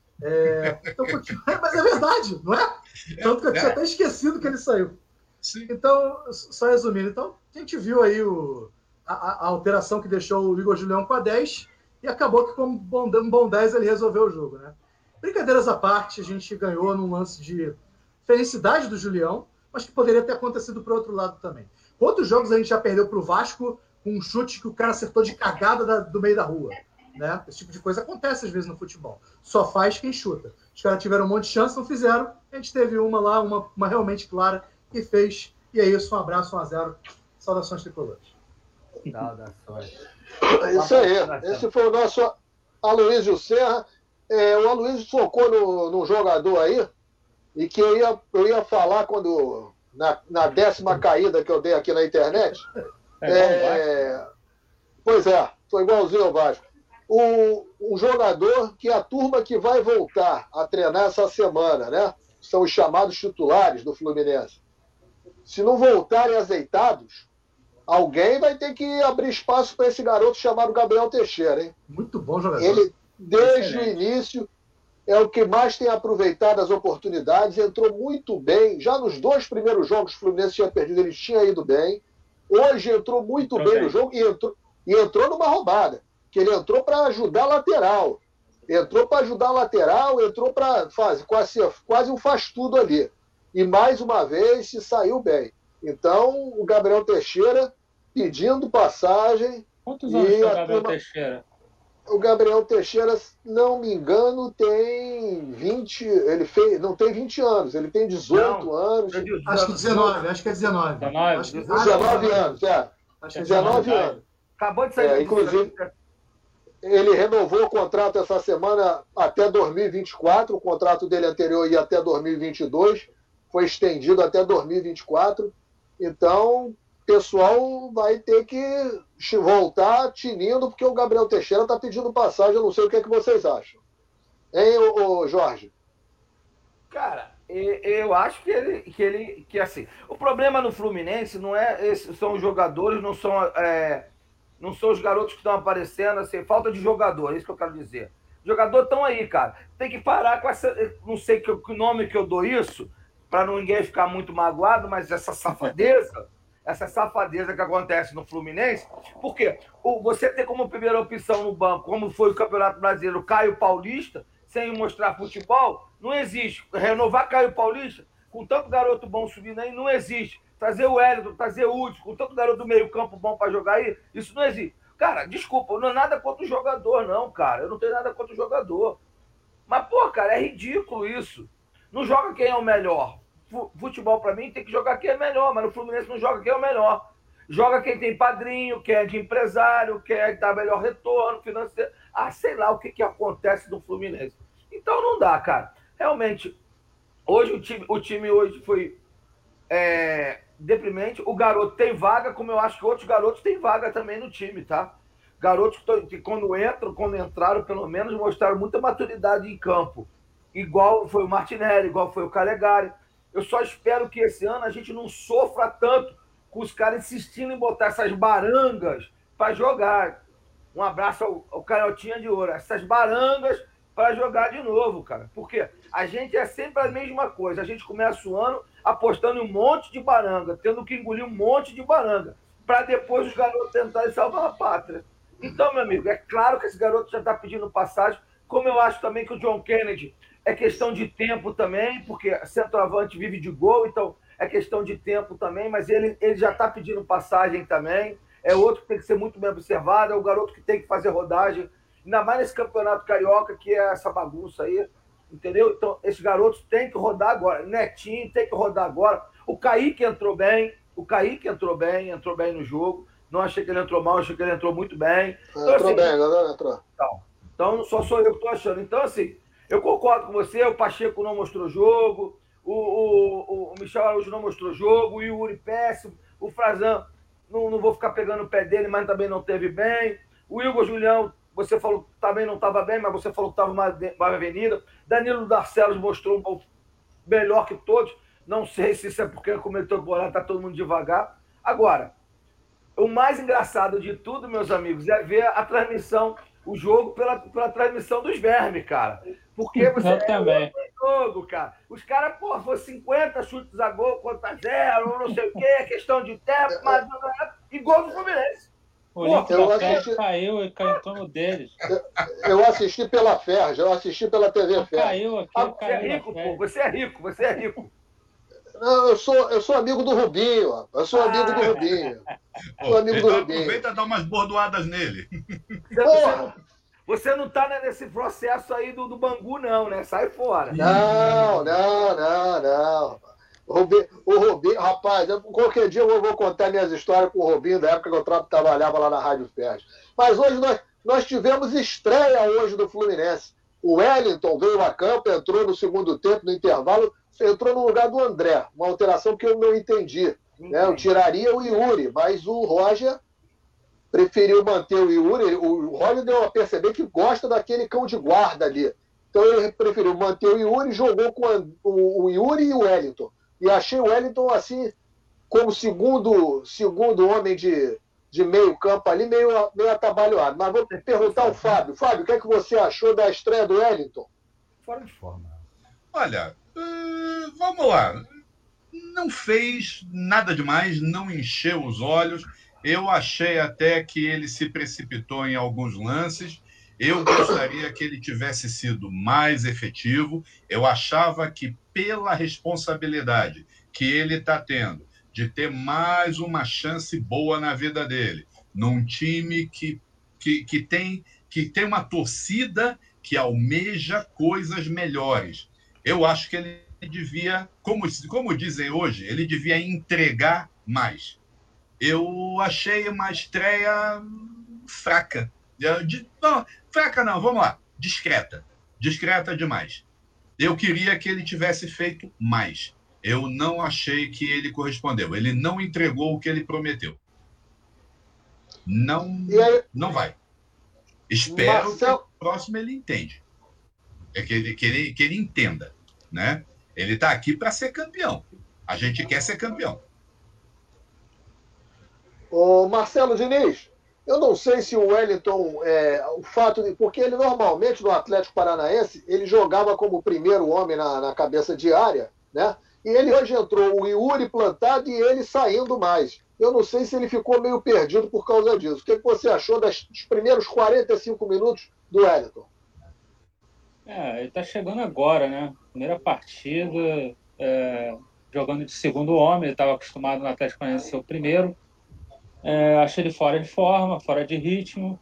É, então, mas é verdade, não é? Tanto que eu tinha até esquecido que ele saiu. Sim. Então, só resumindo, então, a gente viu aí o, a, a alteração que deixou o Igor Julião com a dez e acabou que com um bom, um bom dez ele resolveu o jogo, né? Brincadeiras à parte, a gente ganhou num lance de felicidade do Julião, mas que poderia ter acontecido para o outro lado também. Quantos jogos a gente já perdeu para o Vasco com um chute que o cara acertou de cagada da, do meio da rua? Né? Esse tipo de coisa acontece às vezes no futebol. Só faz quem chuta. Os caras tiveram um monte de chance, não fizeram. A gente teve uma lá, uma, uma realmente clara, que fez. E é isso, um abraço, um a zero. Saudações tricolores. Saudações. É isso aí. Esse foi o nosso Aloysio Serra. É, o Aloysio focou no, no jogador aí, e que eu ia, eu ia falar quando, na, na décima caída que eu dei aqui na internet. É, pois é, foi igualzinho ao Vasco. o, um jogador que a turma que vai voltar a treinar essa semana, né? São os chamados titulares do Fluminense. Se não voltarem azeitados, alguém vai ter que abrir espaço para esse garoto chamado Gabriel Teixeira, hein? Muito bom jogador. Ele, desde Excelente. o início, é o que mais tem aproveitado as oportunidades, entrou muito bem. Já nos dois primeiros jogos, o Fluminense tinha perdido, ele tinha ido bem. Hoje entrou muito Entrou bem, bem. no jogo e entrou, e entrou numa roubada, que ele entrou para ajudar a lateral. Entrou para ajudar a lateral, entrou para fazer quase, quase um faz-tudo ali. E mais uma vez se saiu bem. Então, o Gabriel Teixeira pedindo passagem. Quantos anos E tem o a Gabriel turma- Teixeira? O Gabriel Teixeira, não me engano, tem vinte. Ele fez, não tem vinte anos, ele tem dezoito Não. anos. Acho que dezenove, acho que é dezenove. dezenove? Acho que, dezenove anos, é. Acho que é dezenove dezenove. anos. Acabou de sair É, do inclusive- Ele renovou o contrato essa semana até dois mil e vinte e quatro. O contrato dele anterior ia até dois mil e vinte e dois. Foi estendido até dois mil e vinte e quatro. Então, o pessoal vai ter que voltar tinindo, porque o Gabriel Teixeira está pedindo passagem. Eu não sei o que, é que vocês acham. Hein, ô, ô, Jorge? Cara, e- eu acho que ele, que ele, que assim, o problema no Fluminense não é, esses são os jogadores, não são, é, não são os garotos que estão aparecendo, assim, falta de jogador, é isso que eu quero dizer. Jogador estão aí, cara. Tem que parar com essa, não sei que, que nome que eu dou isso, para ninguém ficar muito magoado, mas essa safadeza, essa safadeza que acontece no Fluminense, porque o, você ter como primeira opção no banco, como foi o Campeonato Brasileiro, o Caio Paulista, sem mostrar futebol, não existe. Renovar Caio Paulista, com tanto garoto bom subindo aí, não existe. Trazer o Hélio, trazer o Hudson, com tanto garoto do meio campo bom para jogar aí, isso não existe. Cara, desculpa, não é nada contra o jogador, não, cara. Eu não tenho nada contra o jogador. Mas, pô, cara, é ridículo isso. Não joga quem é o melhor. Futebol, para mim, tem que jogar quem é melhor, mas no Fluminense não joga quem é o melhor. Joga quem tem padrinho, quem é de empresário, quem é que dá melhor retorno financeiro. Ah, sei lá o que, que acontece no Fluminense. Então não dá, cara. Realmente, hoje o time, o time hoje foi é, deprimente. O garoto tem vaga, como eu acho que outros garotos têm vaga também no time, tá? Garotos que, que quando entram, quando entraram, pelo menos, mostraram muita maturidade em campo. Igual foi o Martinelli, igual foi o Calegari. Eu só espero que esse ano a gente não sofra tanto com os caras insistindo em botar essas barangas para jogar. Um abraço ao, ao Canhotinha de Ouro. Essas barangas para jogar de novo, cara. Porque a gente é sempre a mesma coisa. A gente começa o ano apostando em um monte de baranga, tendo que engolir um monte de baranga, para depois os garotos tentarem salvar a pátria. Então, meu amigo, é claro que esse garoto já está pedindo passagem, como eu acho também que o John Kennedy é questão de tempo também, porque centroavante vive de gol, então é questão de tempo também, mas ele, ele já está pedindo passagem também. É outro que tem que ser muito bem observado, é o garoto que tem que fazer rodagem, ainda mais nesse campeonato carioca, que é essa bagunça aí, entendeu? Então, esses garotos têm que rodar agora. Netinho tem que rodar agora. O Kaique entrou bem, o Kaique entrou bem, entrou bem no jogo. Não achei que ele entrou mal, achei que ele entrou muito bem. Então, Entrou assim, bem, não entrou. Então, então, só sou eu que estou achando. Então, assim, eu concordo com você, o Pacheco não mostrou jogo, o, o, o Michel Araújo não mostrou jogo, o Yuri péssimo, o Frazan, não, não vou ficar pegando o pé dele, mas também não teve bem. O Igor Julião, você falou que também não estava bem, mas você falou que estava uma, uma avenida. Danilo Darcelos mostrou um pouco melhor que todos. Não sei se isso é porque começou o bolado, está todo mundo devagar. Agora, o mais engraçado de tudo, meus amigos, é ver a transmissão, o jogo pela, pela transmissão dos vermes, cara. Porque você Eu também. jogo, cara. Os caras, pô, foi cinquenta chutes a gol contra zero, não sei o quê, é questão de tempo, mas e gol do Fluminense. O link eu da assisti- Ferro caiu e caiu em torno deles. Eu assisti pela Ferj, eu assisti pela T V Ferj. Caiu aqui, Ah, você é caiu. rico, na pô, você é rico, você é rico. Não, eu sou, eu sou amigo do Rubinho, ó. Eu sou amigo do Rubinho. Sou amigo do Então Rubinho. aproveita e dá umas bordoadas nele. Você, você, Porra! não, você não tá nesse processo aí do, do Bangu, não, né? Sai fora. Não, não, não, não. O Rubinho, o Rubinho, rapaz, eu- qualquer dia eu vou contar minhas histórias com o Rubinho, da época que eu tra- trabalhava lá na Rádio Ferj. Mas hoje nós, nós tivemos estreia hoje do Fluminense. O Wellington veio a campo, entrou no segundo tempo, no intervalo, entrou no lugar do André. Uma alteração que eu não entendi. Né? Eu tiraria o Yuri, mas o Roger preferiu manter o Yuri. O Roger deu a perceber que gosta daquele cão de guarda ali. Então ele preferiu manter o Yuri e jogou com a, o, o Yuri e o Wellington. E achei o Wellington, assim, como segundo, segundo homem de, de meio campo ali, meio, meio atabalhoado. Mas vou perguntar ao Fábio. Fábio, o que é que você achou da estreia do Wellington? Fora de forma. Olha, uh, vamos lá. Não fez nada demais, não encheu os olhos. Eu achei até que ele se precipitou em alguns lances. Eu gostaria que ele tivesse sido mais efetivo. Eu achava que, pela responsabilidade que ele está tendo de ter mais uma chance boa na vida dele, num time que, que, que, tem, que tem uma torcida que almeja coisas melhores, eu acho que ele devia, como, como dizem hoje, ele devia entregar mais. Eu achei uma estreia fraca. De, não, fraca não, vamos lá. Discreta. Discreta demais. Eu queria que ele tivesse feito mais. Eu não achei que ele correspondeu. Ele não entregou o que ele prometeu. Não, aí, não vai. Espero Marcelo... que o próximo ele entende. É que ele, que ele, que ele entenda. Né? Ele está aqui para ser campeão. A gente quer ser campeão. Ô, Marcelo Diniz, eu não sei se o Wellington, é, o fato de... Porque ele normalmente no Atlético Paranaense, ele jogava como primeiro homem na, na cabeça de área, né? E ele hoje entrou o Yuri plantado e ele saindo mais. Eu não sei se ele ficou meio perdido por causa disso. O que você achou das, dos primeiros quarenta e cinco minutos do Wellington? É, ele tá chegando agora, né? Primeira partida, é, jogando de segundo homem, ele estava acostumado no Atlético Paranaense ser o primeiro. É, achei ele fora de forma, fora de ritmo.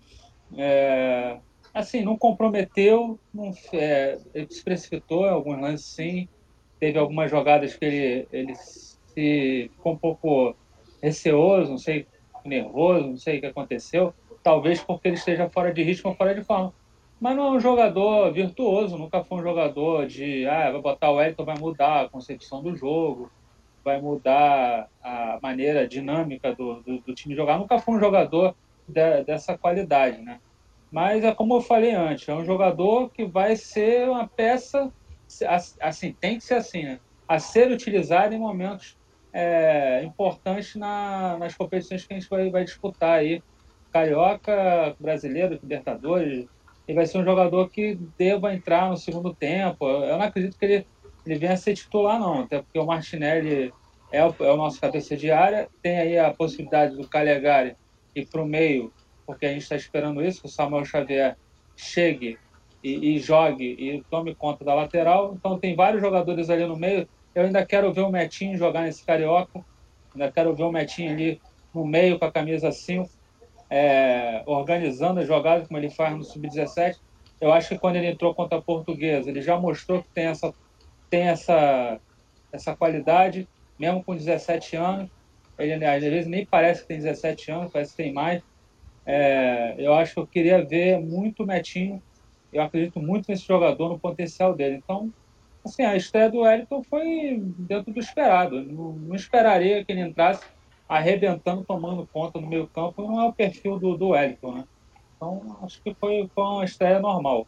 É, assim, não comprometeu, não, é, ele se precipitou em alguns lances, sim. Teve algumas jogadas que ele, ele se ficou um pouco receoso, não sei, nervoso, não sei o que aconteceu. Talvez porque ele esteja fora de ritmo, fora de forma. Mas não é um jogador virtuoso, nunca foi um jogador de, ah, vai botar o Wellington, vai mudar a concepção do jogo, vai mudar a maneira a dinâmica do, do, do time jogar. Nunca foi um jogador de, dessa qualidade, né? Mas é como eu falei antes, é um jogador que vai ser uma peça, assim, tem que ser assim, né? A ser utilizado em momentos é, importantes na, nas competições que a gente vai, vai disputar aí. Carioca, Brasileiro, Libertadores. Ele vai ser um jogador que deva entrar no segundo tempo. Eu não acredito que ele, ele venha a ser titular, não. Até porque o Martinelli é o, é o nosso cabeça de área. Tem aí a possibilidade do Calegari ir para o meio, porque a gente está esperando isso, que o Samuel Xavier chegue e, e jogue e tome conta da lateral. Então tem vários jogadores ali no meio. Eu ainda quero ver o Metinho jogar nesse Carioca. Ainda quero ver o Metinho ali no meio com a camisa cinco. É, organizando as jogadas como ele faz no sub dezessete. Eu acho que quando ele entrou contra a Portuguesa, ele já mostrou que tem essa, tem essa, essa qualidade, mesmo com dezessete anos. Ele às vezes nem parece que tem dezessete anos, parece que tem mais. É, eu acho que eu queria ver muito o Metinho. Eu acredito muito nesse jogador, no potencial dele. Então, assim, a estreia do Wellington foi dentro do esperado. Não, não esperaria que ele entrasse arrebentando, tomando conta no meio campo. Não é o perfil do, do Wellington, né? Então, acho que foi, foi uma estreia normal.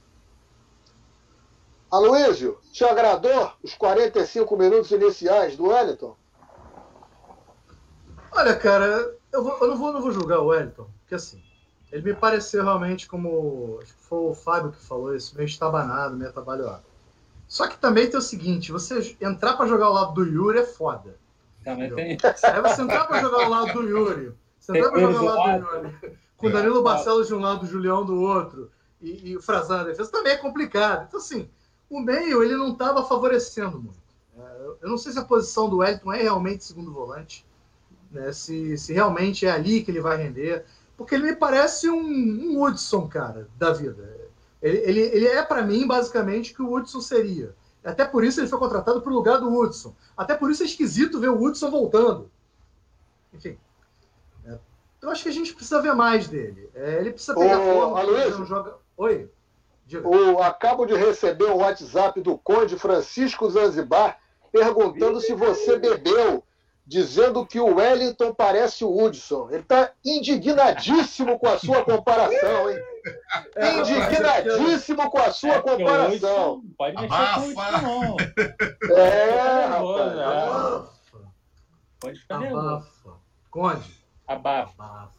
Aloysio, te agradou os quarenta e cinco minutos iniciais do Wellington? Olha, cara, eu, vou, eu não, vou, não vou julgar o Wellington, porque assim, ele me pareceu realmente como, acho que foi o Fábio que falou isso, meio estabanado, meio atabalhoado. Só que também tem o seguinte, você entrar para jogar ao lado do Yuri é foda. Também tem. Aí você entrar para jogar ao lado do Yuri, você entrar para jogar ao lado do Yuri, com Danilo Barcelos de um lado, o Julião do outro, e, e o Frazan na defesa, também é complicado. Então, assim, o meio ele não estava favorecendo muito. Eu não sei se a posição do Wellington é realmente segundo volante, né? se, se realmente é ali que ele vai render, porque ele me parece um, um Hudson, cara, da vida. Ele, ele, ele é, para mim, basicamente, o que o Hudson seria. Até por isso ele foi contratado para o lugar do Hudson. Até por isso é esquisito ver o Hudson voltando. Enfim. É, eu acho que a gente precisa ver mais dele. É, ele precisa pegar forma. Não joga... Oi. Diga. O, acabo de receber um WhatsApp do Conde Francisco Zanzibar perguntando se você bebeu dizendo que o Wellington parece o Hudson. Ele está indignadíssimo com a sua comparação, hein? Indignadíssimo com a sua comparação. Não pode mexer com o Hudson, não. É, rapaz. Pode ficar nervoso. Conde. Abafa. Abafa.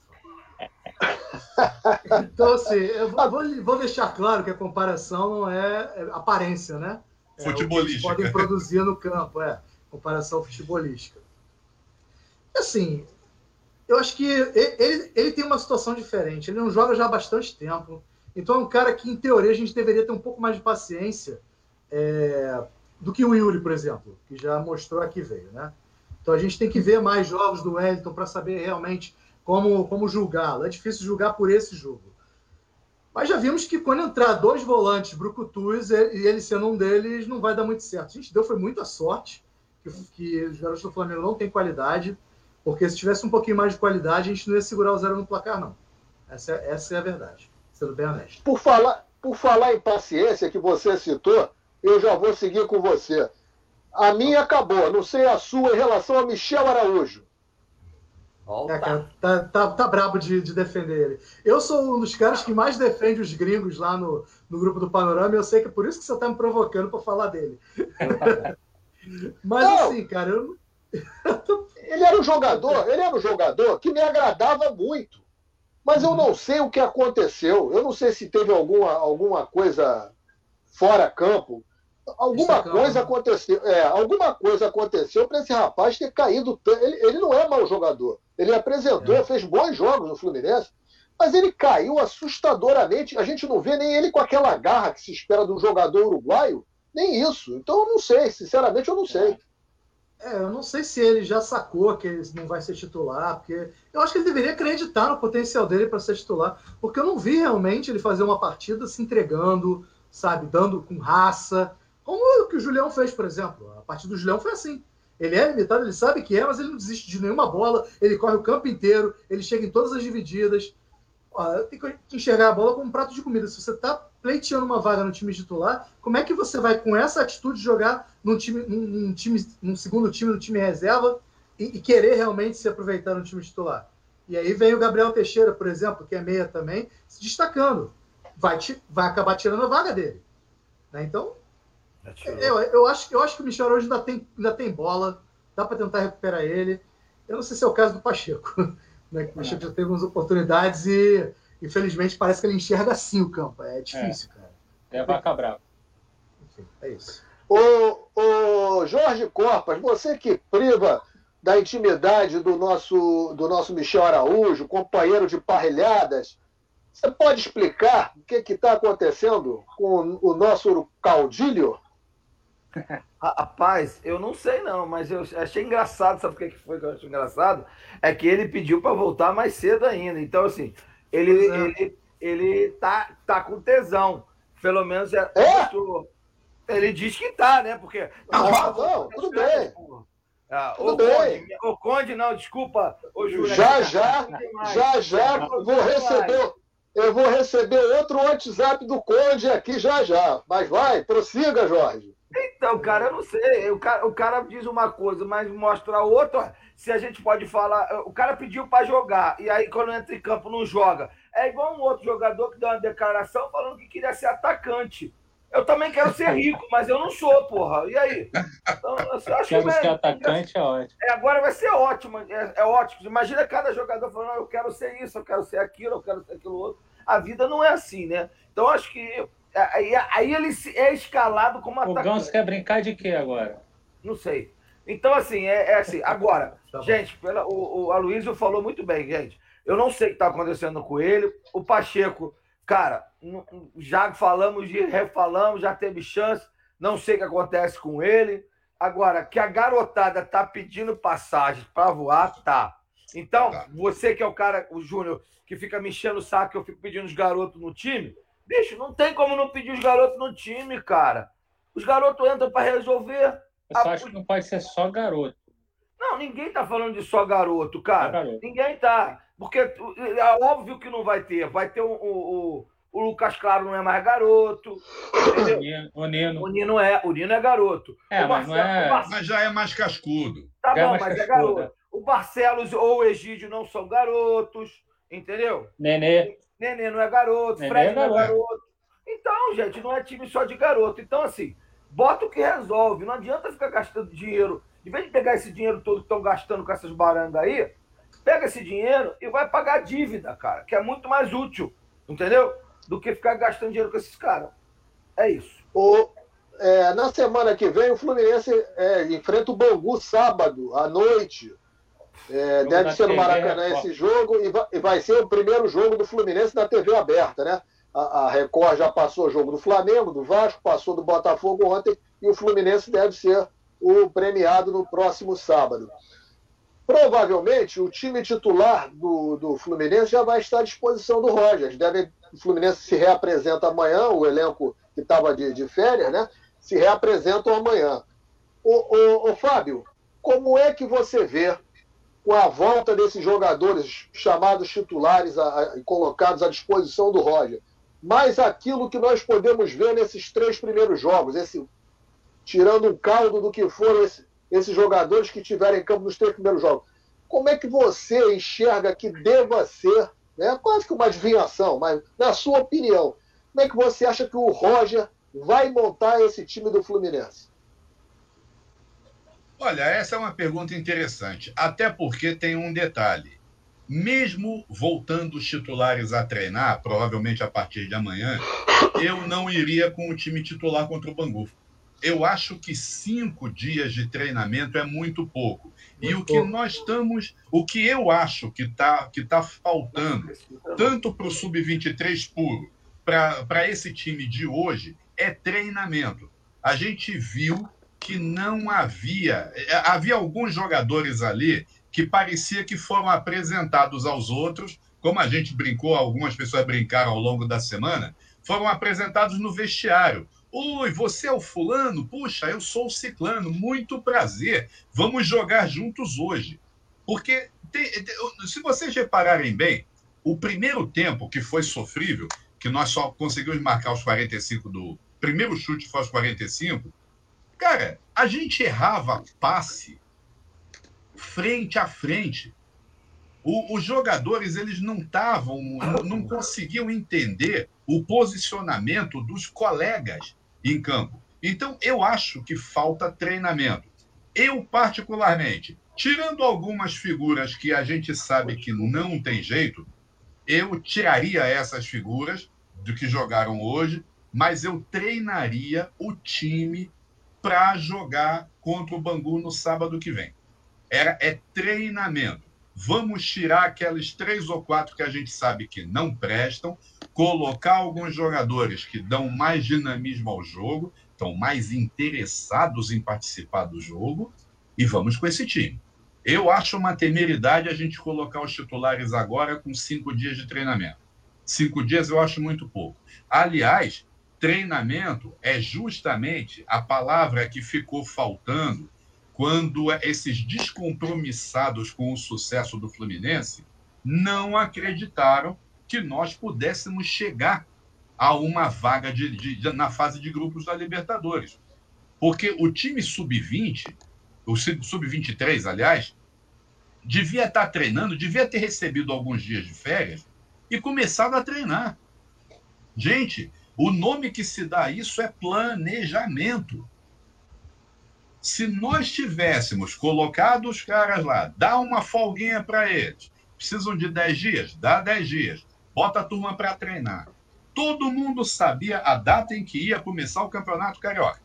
Então, assim, eu vou, vou deixar claro que a comparação não é aparência, né? É futebolística. O que eles podem produzir no campo, é. Comparação futebolística. Assim, eu acho que ele, ele tem uma situação diferente. Ele não joga já há bastante tempo. Então é um cara que, em teoria, a gente deveria ter um pouco mais de paciência é, do que o Yuri, por exemplo, que já mostrou aqui veio, né? Então a gente tem que ver mais jogos do Wellington para saber realmente como, como julgá-lo. É difícil julgar por esse jogo. Mas já vimos que quando entrar dois volantes brucutus, e ele sendo um deles, não vai dar muito certo. A gente deu foi muita sorte que, que os garotos do Flamengo não têm qualidade, porque se tivesse um pouquinho mais de qualidade, a gente não ia segurar o zero no placar, não. Essa é, essa é a verdade, sendo bem honesto. Por falar, por falar em paciência que você citou, eu já vou seguir com você. A minha acabou, não sei a sua em relação a Michel Araújo. É, cara, tá, tá, tá brabo de, de defender ele. Eu sou um dos caras que mais defende os gringos lá no, no grupo do Panorama, e eu sei que é por isso que você tá me provocando para falar dele. Mas não, assim, cara, eu... ele era um jogador, ele era um jogador que me agradava muito. Mas eu não sei o que aconteceu. Eu não sei se teve alguma, alguma coisa fora campo. Alguma coisa aconteceu, é, alguma coisa aconteceu para esse rapaz ter caído. Ele, ele não é mau jogador. Ele apresentou, é. fez bons jogos no Fluminense, mas ele caiu assustadoramente. A gente não vê nem ele com aquela garra que se espera de um jogador uruguaio, nem isso. Então eu não sei, sinceramente eu não sei. É, eu não sei se ele já sacou que ele não vai ser titular, porque eu acho que ele deveria acreditar no potencial dele para ser titular, porque eu não vi realmente ele fazer uma partida se entregando, sabe, dando com raça. Como o que o Julião fez, por exemplo. A partida do Julião foi assim. Ele é limitado, ele sabe que é, mas ele não desiste de nenhuma bola. Ele corre o campo inteiro, ele chega em todas as divididas. Ó, tem que enxergar a bola como um prato de comida. Se você está pleiteando uma vaga no time titular, como é que você vai, com essa atitude, jogar num, time, num, num, time, num segundo time, no time reserva, e, e querer realmente se aproveitar no time titular? E aí vem o Gabriel Teixeira, por exemplo, que é meia também, se destacando. Vai, vai acabar tirando a vaga dele. Né? Então... Eu, eu, acho, eu acho que o Michel hoje ainda tem, ainda tem bola, dá para tentar recuperar ele. Eu não sei se é o caso do Pacheco. Né? O Pacheco já teve algumas oportunidades e, infelizmente, parece que ele enxerga assim o campo. É difícil, é. cara. É vaca brava. Enfim, é isso. Ô, ô, Jorge Corpas, você que priva da intimidade do nosso, do nosso Michel Araújo, companheiro de parrilhadas, você pode explicar o que está acontecendo com o nosso caudilho? Rapaz, eu não sei não, mas eu achei engraçado, sabe o que foi que eu achei engraçado? É que ele pediu para voltar mais cedo ainda, então assim, ele, é. ele, ele tá, tá com tesão, pelo menos é, é? Ele diz que tá, né, porque... Ah, não, tudo bem. Ah, tudo o, bem. Conde, o Conde, não, desculpa, ô Júlio. Já, já, já, já, vou receber... Eu vou receber outro WhatsApp do Conde aqui já já. Mas vai, prossiga, Jorge. Então, cara, eu não sei. O cara, o cara diz uma coisa, mas mostra outra. Se a gente pode falar... O cara pediu para jogar, e aí quando entra em campo não joga. É igual um outro jogador que deu uma declaração falando que queria ser atacante. Eu também quero ser rico, mas eu não sou, porra. E aí? Então, eu acho quero que ser atacante é ótimo. É, agora vai ser ótimo. É, é ótimo. Imagina cada jogador falando, eu quero ser isso, eu quero ser aquilo, eu quero ser aquilo outro. A vida não é assim, né? Então, acho que aí, aí ele é escalado como atacante. O Ganso quer brincar de quê agora? Não sei. Então, assim, é, é assim. Agora, tá gente, pela, o, o Aloysio falou muito bem, gente. Eu não sei o que está acontecendo com ele. O Pacheco, cara, já falamos e refalamos, já teve chance. Não sei o que acontece com ele. Agora, que a garotada tá pedindo passagem para voar, tá. Então, tá. Você que é o cara, o Júnior, que fica me enchendo o saco, que eu fico pedindo os garotos no time, bicho, não tem como não pedir os garotos no time, cara. Os garotos entram para resolver. Eu só a... acho que não pode ser só garoto. Não, ninguém tá falando de só garoto, cara. Garoto. Ninguém tá. Porque é óbvio que não vai ter. Vai ter o, o, O Lucas Claro não é mais garoto. Entendeu? O Nino. O Nino é, o Nino é garoto. É, o mas Marcelo, não é... Marcelo, Mas já é mais cascudo. tá já bom, é mas é cascudo. garoto. O Barcelos ou o Egídio não são garotos, entendeu? Nenê. Nenê não é garoto, Nenê Fred é não é garoto. garoto. Então, gente, não é time só de garoto. Então, assim, bota o que resolve. Não adianta ficar gastando dinheiro. Em vez de pegar esse dinheiro todo que estão gastando com essas barangas aí, pega esse dinheiro e vai pagar a dívida, cara, que é muito mais útil, entendeu? Do que ficar gastando dinheiro com esses caras. É isso. O, é, na semana que vem, o Fluminense é, enfrenta o Bangu sábado à noite. É, deve ser no Maracanã esse jogo e vai, e vai ser o primeiro jogo do Fluminense na T V aberta, né? A, a Record já passou o jogo do Flamengo, do Vasco, passou do Botafogo ontem e o Fluminense deve ser o premiado no próximo sábado. Provavelmente o time titular do, do Fluminense já vai estar à disposição do Roger. Deve, o Fluminense se reapresenta amanhã, o elenco que estava de, de férias, né? Se reapresentam amanhã. O, o, o Fábio, como é que você vê com a volta desses jogadores chamados titulares a, a, colocados à disposição do Roger, mais aquilo que nós podemos ver nesses três primeiros jogos, esse, tirando um caldo do que foram esse, esses jogadores que tiveram em campo nos três primeiros jogos, como é que você enxerga que deva ser, né, quase que uma adivinhação, mas na sua opinião, como é que você acha que o Roger vai montar esse time do Fluminense? Olha, essa é uma pergunta interessante, até porque tem um detalhe. Mesmo voltando os titulares a treinar, provavelmente a partir de amanhã, eu não iria com o time titular contra o Bangu. Eu acho que cinco dias de treinamento é muito pouco. Muito e o que pouco. nós estamos, o que eu acho que está que tá faltando, tanto para o sub vinte e três puro, para esse time de hoje, é treinamento. A gente viu que não havia... Havia alguns jogadores ali que parecia que foram apresentados aos outros, como a gente brincou, algumas pessoas brincaram ao longo da semana, foram apresentados no vestiário. Oi, você é o fulano? Puxa, eu sou o ciclano, muito prazer. Vamos jogar juntos hoje. Porque, tem, se vocês repararem bem, o primeiro tempo que foi sofrível, que nós só conseguimos marcar os quarenta e cinco do... Primeiro chute foi aos quarenta e cinco, cara, a gente errava passe frente a frente. O, os jogadores, eles não estavam, não, não conseguiam entender o posicionamento dos colegas em campo. Então, eu acho que falta treinamento. Eu, particularmente, tirando algumas figuras que a gente sabe que não tem jeito, eu tiraria essas figuras do que jogaram hoje, mas eu treinaria o time para jogar contra o Bangu no sábado que vem. Era, é treinamento. Vamos tirar aqueles três ou quatro que a gente sabe que não prestam, colocar alguns jogadores que dão mais dinamismo ao jogo, estão mais interessados em participar do jogo, e vamos com esse time. Eu acho uma temeridade a gente colocar os titulares agora com cinco dias de treinamento. Cinco dias eu acho muito pouco. Aliás, treinamento é justamente a palavra que ficou faltando quando esses descompromissados com o sucesso do Fluminense não acreditaram que nós pudéssemos chegar a uma vaga de, de, de, na fase de grupos da Libertadores. Porque o time sub vinte, o sub vinte e três, aliás, devia estar treinando, devia ter recebido alguns dias de férias e começado a treinar. Gente, o nome que se dá a isso é planejamento. Se nós tivéssemos colocado os caras lá, dá uma folguinha para eles, precisam de dez dias, dá dez dias, bota a turma para treinar. Todo mundo sabia a data em que ia começar o Campeonato Carioca.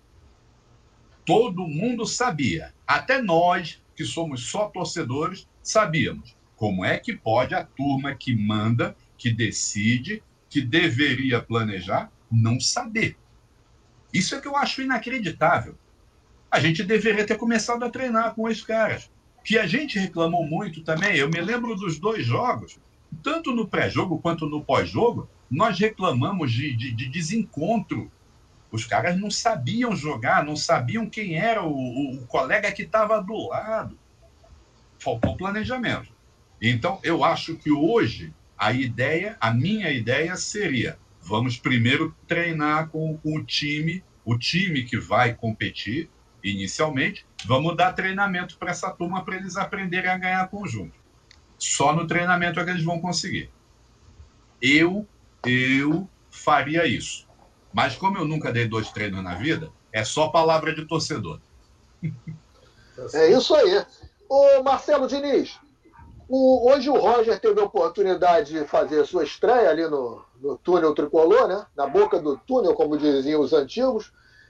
Todo mundo sabia. Até nós, que somos só torcedores, sabíamos. Como é que pode a turma que manda, que decide, que deveria planejar, não saber? Isso é que eu acho inacreditável. A gente deveria ter começado a treinar com esses caras. Que a gente reclamou muito também. Eu me lembro dos dois jogos, tanto no pré-jogo quanto no pós-jogo, nós reclamamos de, de, de desencontro. Os caras não sabiam jogar, não sabiam quem era o, o, o colega que estava do lado. Faltou planejamento. Então, eu acho que hoje A ideia, a minha ideia seria, vamos primeiro treinar com, com o time, o time que vai competir inicialmente, vamos dar treinamento para essa turma para eles aprenderem a ganhar conjunto. Só no treinamento é que eles vão conseguir. Eu, eu faria isso. Mas como eu nunca dei dois treinos na vida, é só palavra de torcedor. É isso aí. Ô Marcelo Diniz, o, hoje o Roger teve a oportunidade de fazer sua estreia ali no, no túnel tricolor, né? Na boca do túnel, como diziam os antigos.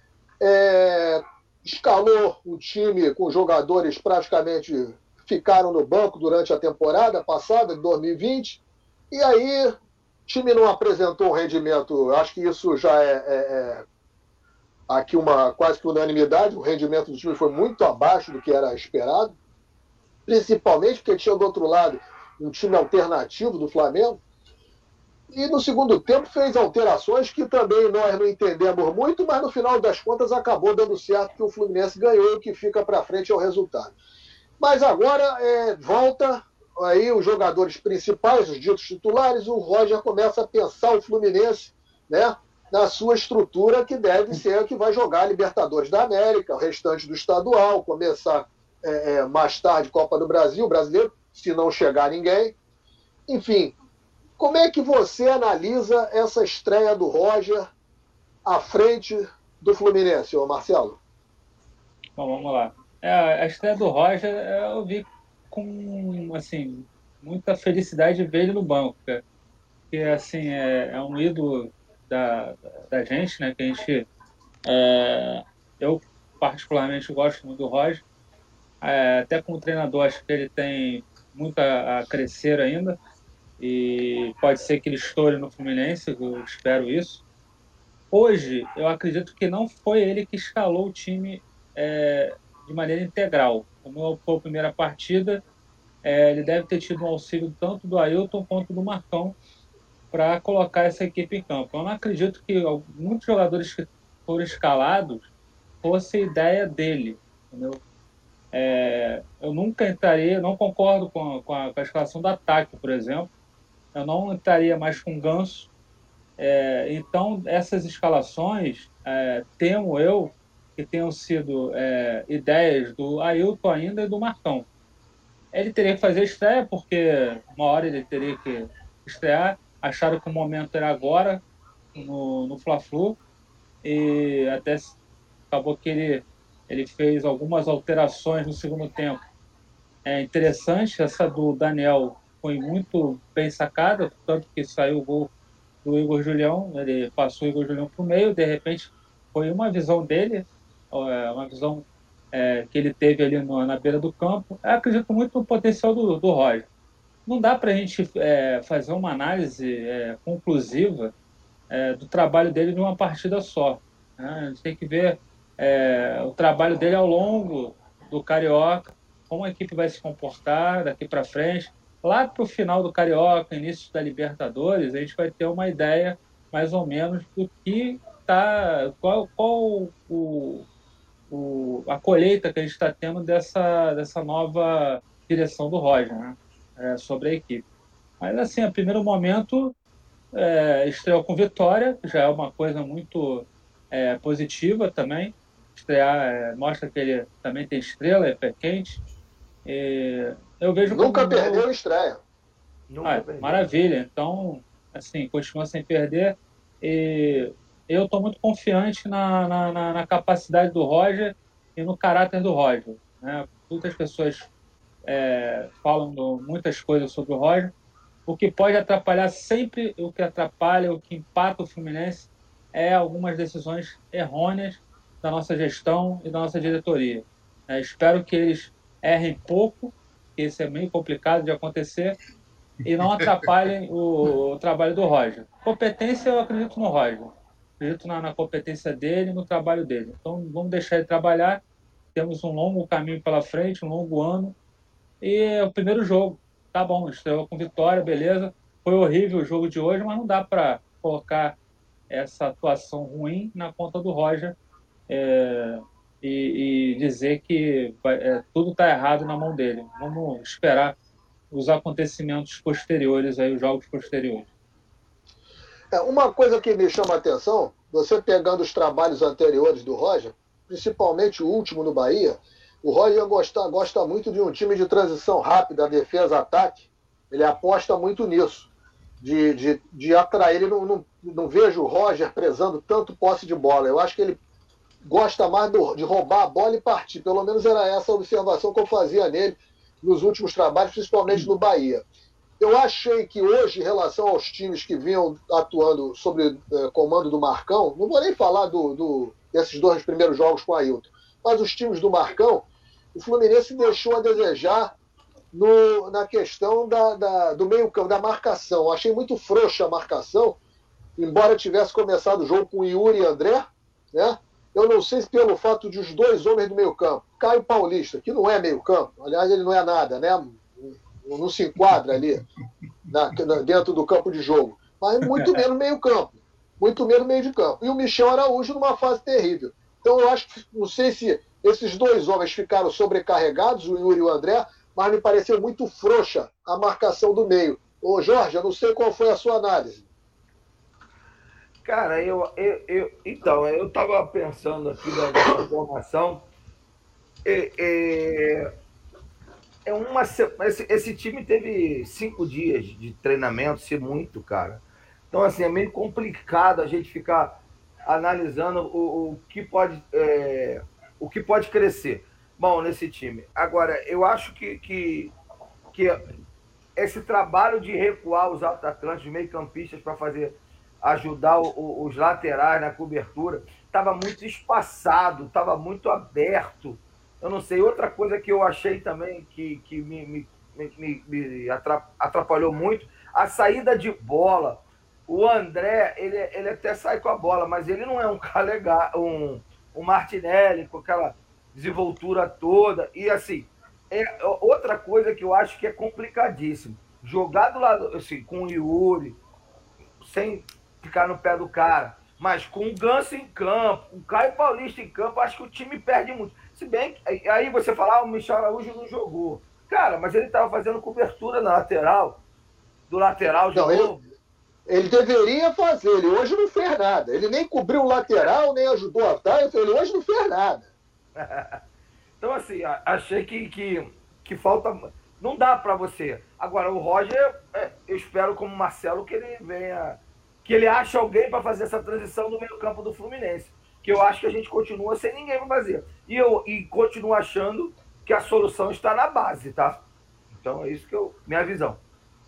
É, escalou um time com jogadores praticamente ficaram no banco durante a temporada passada, de dois mil e vinte, e aí o time não apresentou um rendimento, acho que isso já é, é, é aqui uma quase que unanimidade, o rendimento do time foi muito abaixo do que era esperado, principalmente porque tinha do outro lado um time alternativo do Flamengo, e no segundo tempo fez alterações que também nós não entendemos muito, mas no final das contas acabou dando certo, que o Fluminense ganhou e o que fica para frente é o resultado. Mas agora é, volta aí os jogadores principais, os ditos titulares, o Roger começa a pensar o Fluminense, né, na sua estrutura, que deve ser a que vai jogar a Libertadores da América, o restante do estadual, começar é, é, mais tarde Copa do Brasil, brasileiro, se não chegar ninguém. Enfim, como é que você analisa essa estreia do Roger à frente do Fluminense, ô Marcelo? Bom, vamos lá. É, a estreia do Roger, eu vi com, assim, muita felicidade de ver ele no banco, cara. Porque, assim, é, é um ídolo da, da gente, né? Que a gente... É, eu, particularmente, gosto muito do Roger. É, até como treinador, acho que ele tem muito a, a crescer ainda. E pode ser que ele estoure no Fluminense, eu espero isso. Hoje, eu acredito que não foi ele que escalou o time é, de maneira integral. Como foi a primeira partida, é, ele deve ter tido um auxílio tanto do Ailton quanto do Marcão para colocar essa equipe em campo. Eu não acredito que muitos jogadores que foram escalados fosse ideia dele, entendeu? É, eu nunca entraria, não concordo com a, com, a, com a escalação do ataque, por exemplo. Eu não entraria mais com Ganso. É, então, essas escalações, é, temo eu, que tenham sido é, ideias do Ailton ainda e do Marcão. Ele teria que fazer estreia, porque uma hora ele teria que estrear. Acharam que o momento era agora, no, no Fla-Flu, e até acabou que ele, ele fez algumas alterações no segundo tempo. É interessante, essa do Daniel foi muito bem sacada, tanto que saiu o gol do Igor Julião, ele passou o Igor Julião para o meio, de repente foi uma visão dele, uma visão é, que ele teve ali no, na beira do campo. Eu acredito muito no potencial do, do Roger. Não dá para a gente é, fazer uma análise é, conclusiva é, do trabalho dele de uma partida só, né? A gente tem que ver é, o trabalho dele ao longo do Carioca, como a equipe vai se comportar daqui para frente. Lá para o final do Carioca, início da Libertadores, a gente vai ter uma ideia mais ou menos do que tá, qual, qual o, o, a colheita que a gente está tendo dessa, dessa nova direção do Roger, né? É, sobre a equipe. Mas, assim, a primeiro momento, é, estreou com vitória, que já é uma coisa muito é, positiva também. Estrear é, mostra que ele também tem estrela, é pé quente. E eu vejo Nunca como... perdeu a estreia. Ah, maravilha. Então, assim, continua sem perder. E eu estou muito confiante na, na, na, na capacidade do Roger e no caráter do Roger, né? Muitas pessoas é, falam do, muitas coisas sobre o Roger. O que pode atrapalhar sempre, o que atrapalha, o que empata o Fluminense é algumas decisões errôneas da nossa gestão e da nossa diretoria. É, espero que eles errem pouco, que isso é meio complicado de acontecer, e não atrapalhem o, o trabalho do Roger. Competência, eu acredito no Roger. Acredito na, na competência dele e no trabalho dele. Então, vamos deixar ele trabalhar. Temos um longo caminho pela frente, um longo ano. E é o primeiro jogo. Tá bom, estreou com vitória, beleza. Foi horrível o jogo de hoje, mas não dá para colocar essa atuação ruim na conta do Roger é, e, e dizer que vai, é, tudo está errado na mão dele. Vamos esperar os acontecimentos posteriores, aí, os jogos posteriores. É, uma coisa que me chama a atenção, você pegando os trabalhos anteriores do Roger, principalmente o último no Bahia, o Roger gosta, gosta muito de um time de transição rápida, defesa-ataque. Ele aposta muito nisso, de, de, de atrair. Ele não, não, não vejo o Roger prezando tanto posse de bola. Eu acho que ele gosta mais do, de roubar a bola e partir. Pelo menos era essa a observação que eu fazia nele nos últimos trabalhos, principalmente no Bahia. Eu achei que hoje, em relação aos times que vinham atuando sob eh, comando do Marcão, não vou nem falar do, do, desses dois primeiros jogos com o Ailton, mas os times do Marcão, o Fluminense deixou a desejar no, na questão da, da, do meio-campo, da marcação. Eu achei muito frouxa a marcação, embora tivesse começado o jogo com Yuri e André, né? Eu não sei se pelo fato de os dois homens do meio-campo, Caio Paulista, que não é meio-campo, aliás, ele não é nada, né? Não se enquadra ali na, na, dentro do campo de jogo, mas muito menos meio-campo, muito menos meio de campo. E o Michel Araújo numa fase terrível. Então eu acho que, não sei se esses dois homens ficaram sobrecarregados, o Yuri e o André, mas me pareceu muito frouxa a marcação do meio. Ô Jorge, eu não sei qual foi a sua análise. Cara, eu, eu, eu então, eu estava pensando aqui da informação. É, é, é uma, esse, esse time teve cinco dias de treinamento, se muito, cara. Então, assim, é meio complicado a gente ficar analisando o, o, que, pode, é, o que pode crescer. Bom, nesse time. Agora, eu acho que, que, que esse trabalho de recuar os atacantes, os meio-campistas, para fazer ajudar o, o, os laterais na cobertura, estava muito espaçado, estava muito aberto. Eu não sei, outra coisa que eu achei também que, que me, me, me, me atrapalhou muito, a saída de bola. O André, ele, ele até sai com a bola, mas ele não é um cara legal, um, um Martinelli com aquela desenvoltura toda. E assim, é outra coisa que eu acho que é complicadíssimo. Jogar do lado, assim, com o Yuri, sem ficar no pé do cara, mas com o Ganso em campo, o Caio Paulista em campo, acho que o time perde muito. Se bem que aí você fala, ah, o Michel Araújo não jogou. Cara, mas ele estava fazendo cobertura na lateral, do lateral de não, novo. Ele, ele deveria fazer, ele hoje não fez nada. Ele nem cobriu o lateral, nem ajudou a ataque, ele hoje não fez nada. Então, assim, achei que, que, que falta... Não dá para você. Agora, o Roger, eu espero como Marcelo que ele venha... que ele ache alguém para fazer essa transição do meio campo do Fluminense. Que eu acho que a gente continua sem ninguém para fazer. E eu e continuo achando que a solução está na base, tá? Então é isso que eu... minha visão.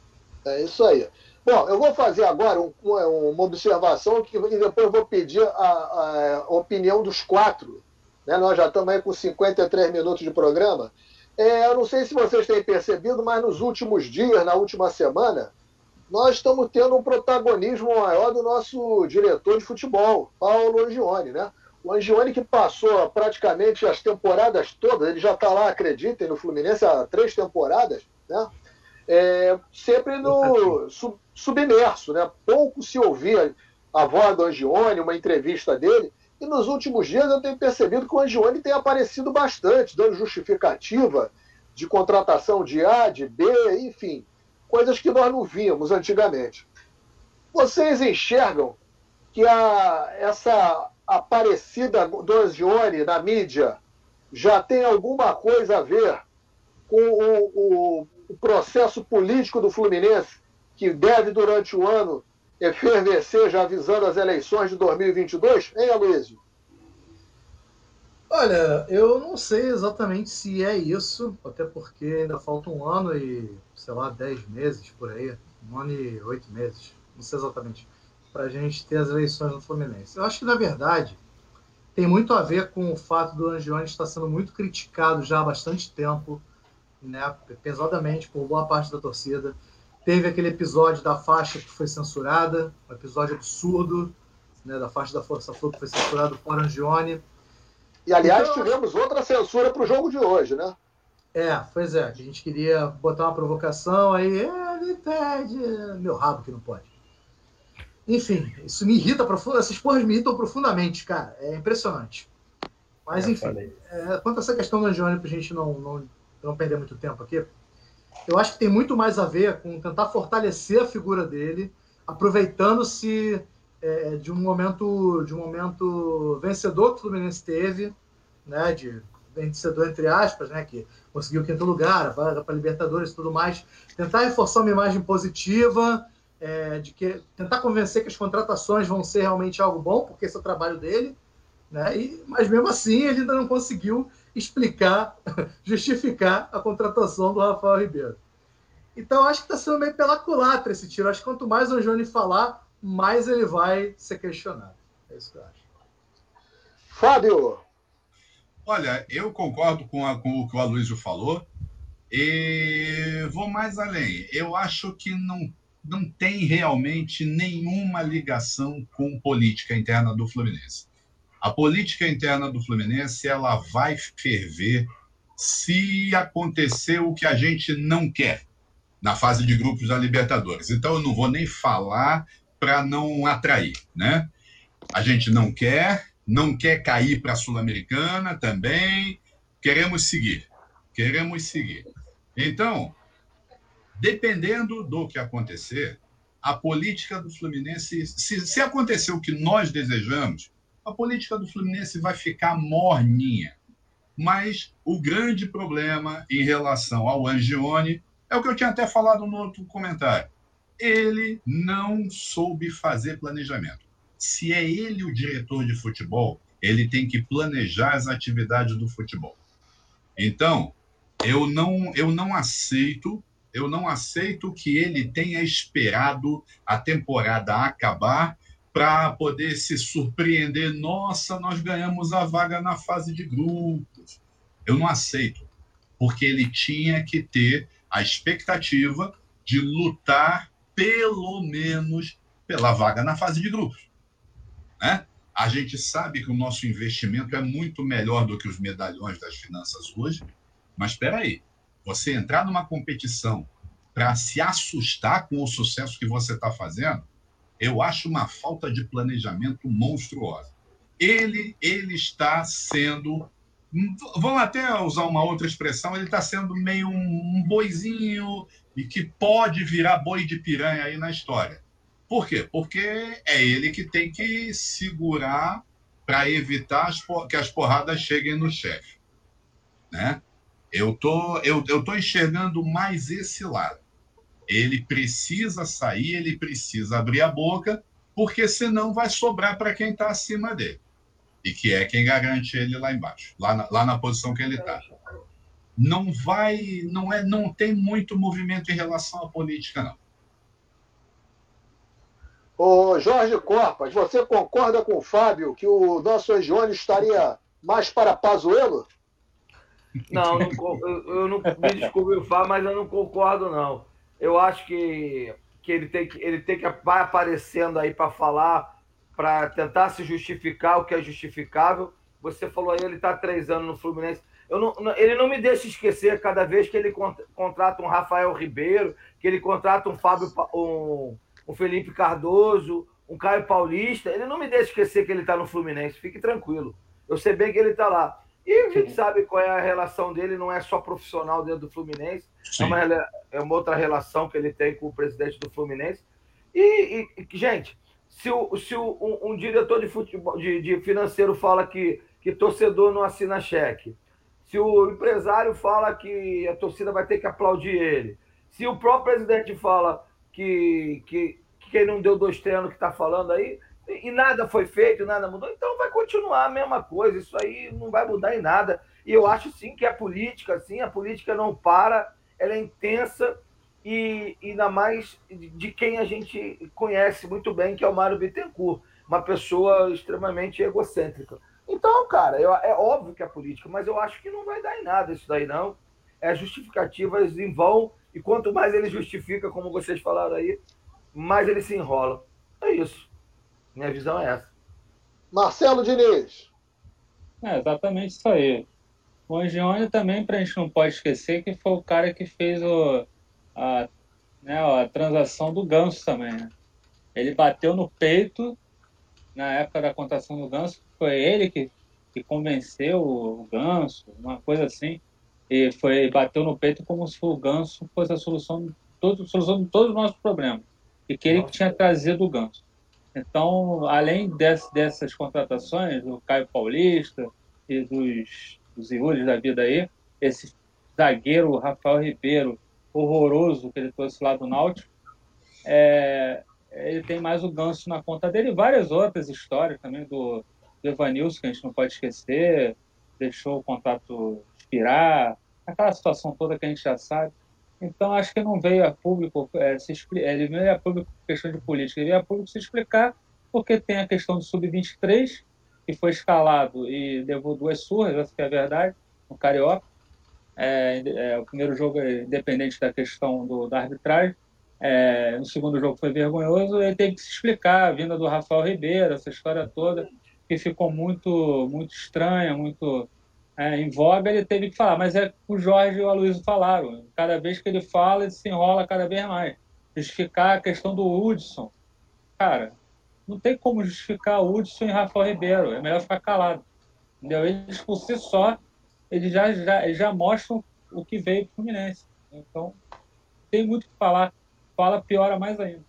É isso aí. Bom, eu vou fazer agora um, uma observação que, e depois eu vou pedir a, a opinião dos quatro. Né? Nós já estamos aí com cinquenta e três minutos de programa. É, eu não sei se vocês têm percebido, mas nos últimos dias, na última semana, nós estamos tendo um protagonismo maior do nosso diretor de futebol, Paulo Angione, né? O Angione que passou praticamente as temporadas todas, ele já está lá, acreditem, no Fluminense há três temporadas, né? É, sempre no sub, submerso, né? Pouco se ouvia a voz do Angione, uma entrevista dele, e nos últimos dias eu tenho percebido que o Angione tem aparecido bastante, dando justificativa de contratação de A, de B, enfim, coisas que nós não víamos antigamente. Vocês enxergam que a, essa aparecida do Angione na mídia já tem alguma coisa a ver com o, o, o processo político do Fluminense, que deve, durante o ano, efervescer, já avisando as eleições de dois mil e vinte e dois? Hein, Aloysio? Olha, eu não sei exatamente se é isso, até porque ainda falta um ano e, sei lá, dez meses por aí, um ano e oito meses, não sei exatamente, para a gente ter as eleições no Fluminense. Eu acho que, na verdade, tem muito a ver com o fato do Angione estar sendo muito criticado já há bastante tempo, né, pesadamente por boa parte da torcida. Teve aquele episódio da faixa que foi censurada, um episódio absurdo, né, da faixa da Força Flu que foi censurado por Angione. E, aliás, então, tivemos outra censura para o jogo de hoje, né? É, pois é. A gente queria botar uma provocação, aí ele pede meu rabo que não pode. Enfim, isso me irrita profundamente. Essas porras me irritam profundamente, cara. É impressionante. Mas, enfim, é, quanto a essa questão do Angione, para a gente não, não, não perder muito tempo aqui, eu acho que tem muito mais a ver com tentar fortalecer a figura dele, aproveitando-se é, de um momento de um momento vencedor que o Fluminense teve, né, de vencedor entre aspas, né, que conseguiu o quinto lugar, a vaga para Libertadores e tudo mais, tentar reforçar uma imagem positiva, é, de que tentar convencer que as contratações vão ser realmente algo bom, porque esse é o trabalho dele, né, e, mas mesmo assim ele ainda não conseguiu explicar, justificar a contratação do Rafael Ribeiro. Então acho que está sendo meio pela culatra esse tiro. Acho que quanto mais o Angione falar, mais ele vai ser questionado. É isso que eu acho. Fábio! Olha, eu concordo com, a, com o que o Aloysio falou e vou mais além. Eu acho que não, não tem realmente nenhuma ligação com política interna do Fluminense. A política interna do Fluminense ela vai ferver se acontecer o que a gente não quer na fase de grupos da Libertadores. Então eu não vou nem falar para não atrair, né? A gente não quer, não quer cair para a Sul-Americana também, queremos seguir, queremos seguir. Então, dependendo do que acontecer, a política do Fluminense, se, se acontecer o que nós desejamos, a política do Fluminense vai ficar morninha. Mas o grande problema em relação ao Angione é o que eu tinha até falado no outro comentário. Ele não soube fazer planejamento. Se é ele o diretor de futebol, ele tem que planejar as atividades do futebol. Então, eu não, eu não aceito, eu não aceito que ele tenha esperado a temporada acabar para poder se surpreender. Nossa, nós ganhamos a vaga na fase de grupos. Eu não aceito, porque ele tinha que ter a expectativa de lutar pelo menos pela vaga na fase de grupos, né? A gente sabe que o nosso investimento é muito melhor do que os medalhões das finanças hoje, mas espera aí, você entrar numa competição para se assustar com o sucesso que você está fazendo, eu acho uma falta de planejamento monstruosa. Ele, ele está sendo, vamos até usar uma outra expressão, ele está sendo meio um, um boizinho e que pode virar boi de piranha aí na história. Por quê? Porque é ele que tem que segurar para evitar as, que as porradas cheguem no chefe, né? Eu tô, eu, eu tô enxergando mais esse lado. Ele precisa sair, ele precisa abrir a boca, porque senão vai sobrar para quem está acima dele. E que é quem garante ele lá embaixo, lá na, lá na posição que ele está. Não vai, não é, não tem muito movimento em relação à política, não. Ô Jorge Corpas, você concorda com o Fábio que o nosso Angione estaria mais para Pazuello? Não, não eu, eu não me desculpe, Fábio, mas eu não concordo, não. Eu acho que, que ele tem que ele tem que vai aparecendo aí para falar, para tentar se justificar o que é justificável. Você falou aí, ele está há três anos no Fluminense. Eu não, ele não me deixa esquecer cada vez que ele contrata um Rafael Ribeiro, que ele contrata um Fábio, um, um Felipe Cardoso, um Caio Paulista. Ele não me deixa esquecer que ele está no Fluminense. Fique tranquilo. Eu sei bem que ele está lá. E a gente sabe qual é a relação dele, não é só profissional dentro do Fluminense, é uma, é uma outra relação que ele tem com o presidente do Fluminense. E, e gente, se, o, se o, um, um diretor de, futebol, de, de financeiro fala que, que torcedor não assina cheque, se o empresário fala que a torcida vai ter que aplaudir ele, se o próprio presidente fala que, que, que quem não deu dois treinos que está falando aí, e nada foi feito, nada mudou, então vai continuar a mesma coisa, isso aí não vai mudar em nada. E eu acho sim que a política, sim, a política não para, ela é intensa e, e ainda mais de quem a gente conhece muito bem, que é o Mário Bittencourt, uma pessoa extremamente egocêntrica. Então, cara, eu, é óbvio que é política, mas eu acho que não vai dar em nada isso daí, não. É justificativas em vão, e quanto mais ele justifica, como vocês falaram aí, mais ele se enrola. É isso. Minha visão é essa. Marcelo Diniz. É exatamente isso aí. O Angione também, para a gente não pode esquecer, que foi o cara que fez o, a, né, a transação do Ganso também. Né? Ele bateu no peito na época da contratação do Ganso. Foi ele que, que convenceu o Ganso, uma coisa assim. e foi, bateu no peito como se o Ganso fosse a solução, todo, solução de todos os nossos problemas, e que ele que tinha trazido o Ganso. Então, além desse, dessas contratações, do Caio Paulista e dos, dos Yuri da vida aí, esse zagueiro Rafael Ribeiro, horroroso, que ele trouxe lá do Náutico, é, ele tem mais o Ganso na conta dele, e várias outras histórias também do, do Evanilson, que a gente não pode esquecer, deixou o contrato expirar, aquela situação toda que a gente já sabe. Então, acho que não veio a público, é, se, ele não veio a público por questão de política, ele veio a público se explicar, porque tem a questão do sub vinte e três, que foi escalado e levou duas surras, essa que é a verdade, no Carioca. É, é, o primeiro jogo é independente da questão do, da arbitragem. É, no segundo jogo foi vergonhoso, ele teve que se explicar, a vinda do Rafael Ribeiro, essa história toda, que ficou muito, muito estranha, muito... É, em voga, ele teve que falar, mas é que o Jorge e o Aloysio falaram. Cada vez que ele fala, ele se enrola cada vez mais. Justificar a questão do Hudson. Cara, não tem como justificar o Hudson e Rafael Ribeiro. É melhor ficar calado. Entendeu? Eles, por si só, eles já, já, eles já mostram o que veio do Fluminense. Então, tem muito o que falar. Fala, piora mais ainda.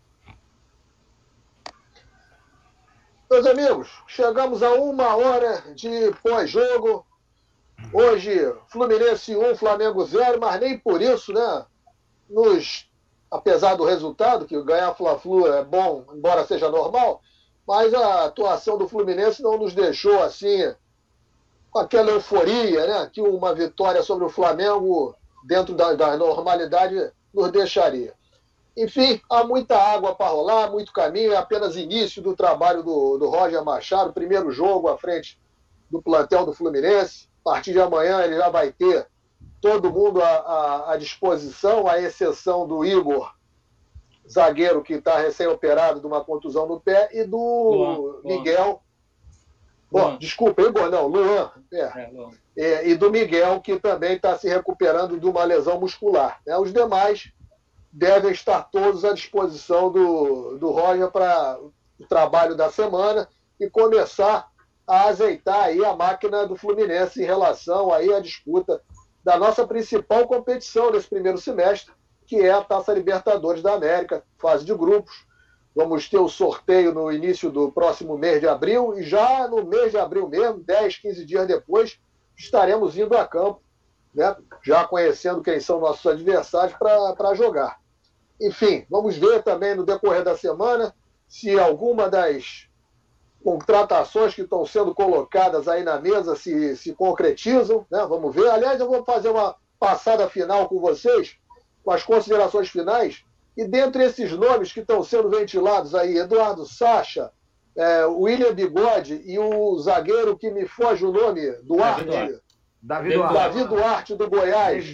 Meus amigos, chegamos a uma hora de pós-jogo. Hoje, Fluminense um, Flamengo zero, mas nem por isso, né? Nos, apesar do resultado, que ganhar Fla-Flu é bom, embora seja normal, mas a atuação do Fluminense não nos deixou assim, com aquela euforia, né? Que uma vitória sobre o Flamengo, dentro da, da normalidade, nos deixaria. Enfim, há muita água para rolar, muito caminho, é apenas início do trabalho do, do Roger Machado, primeiro jogo à frente do plantel do Fluminense. A partir de amanhã ele já vai ter todo mundo à, à, à disposição, à exceção do Igor, zagueiro que está recém-operado de uma contusão no pé, e do Luan, Miguel. Luan. Bom, desculpa, Igor não, Luan. É. É, Luan. É, e do Miguel, que também está se recuperando de uma lesão muscular. Né? Os demais devem estar todos à disposição do, do Roger para o trabalho da semana e começar a azeitar aí a máquina do Fluminense em relação aí à disputa da nossa principal competição nesse primeiro semestre, que é a Taça Libertadores da América, fase de grupos. Vamos ter o sorteio no início do próximo mês de abril, e já no mês de abril mesmo, dez, quinze dias depois, estaremos indo a campo, né? Já conhecendo quem são nossos adversários para jogar. Enfim, vamos ver também no decorrer da semana se alguma das contratações que estão sendo colocadas aí na mesa se, se concretizam, né? Vamos ver. Aliás, eu vou fazer uma passada final com vocês, com as considerações finais, e dentre esses nomes que estão sendo ventilados aí, Eduardo Sacha, é, William Bigode e o zagueiro que me foge o nome, Duarte, Davi Duarte, Davi Duarte do Goiás.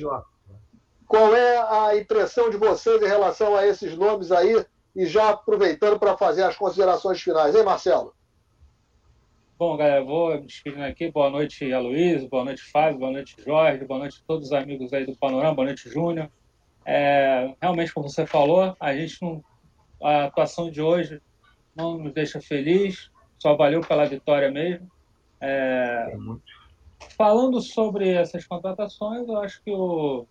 Qual é a impressão de vocês em relação a esses nomes aí, e já aproveitando para fazer as considerações finais, hein, Marcelo? Bom, galera, vou me despedindo aqui. Boa noite, Aloysio, boa noite, Fábio, boa noite, Jorge, boa noite a todos os amigos aí do Panorama, boa noite, Júnior. É, realmente, como você falou, a gente não, a atuação de hoje não nos deixa feliz, só valeu pela vitória mesmo. É, falando sobre essas contratações, eu acho que o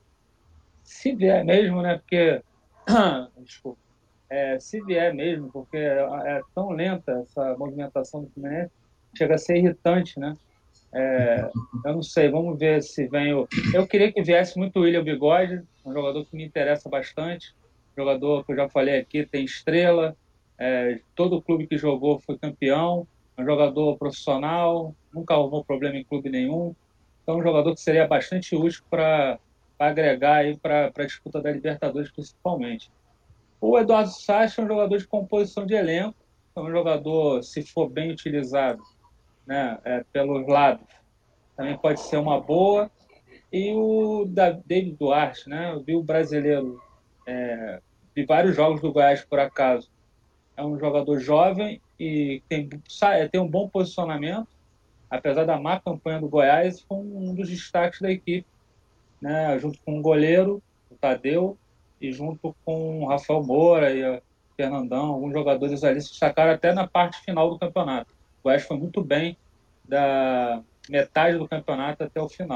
se vier mesmo, né, porque desculpa, é, se vier mesmo, porque é, é tão lenta essa movimentação do Fluminense, chega a ser irritante, né? É, eu não sei, vamos ver se vem o... Eu queria que viesse muito o William Bigode, um jogador que me interessa bastante, jogador que eu já falei aqui, tem estrela, é, todo clube que jogou foi campeão, um jogador profissional, nunca arrumou problema em clube nenhum, então um jogador que seria bastante útil para agregar aí para a disputa da Libertadores principalmente. O Eduardo Sacha é um jogador de composição de elenco, é um jogador, se for bem utilizado, né, é, pelos lados, também pode ser uma boa. E o David Duarte, né, eu vi o brasileiro, é, vi vários jogos do Goiás por acaso, é um jogador jovem e tem, tem um bom posicionamento, apesar da má campanha do Goiás, foi um dos destaques da equipe, né, junto com o goleiro, o Tadeu, e junto com o Rafael Moura e o Fernandão, alguns jogadores ali se destacaram até na parte final do campeonato. O Goiás foi muito bem da metade do campeonato até o final.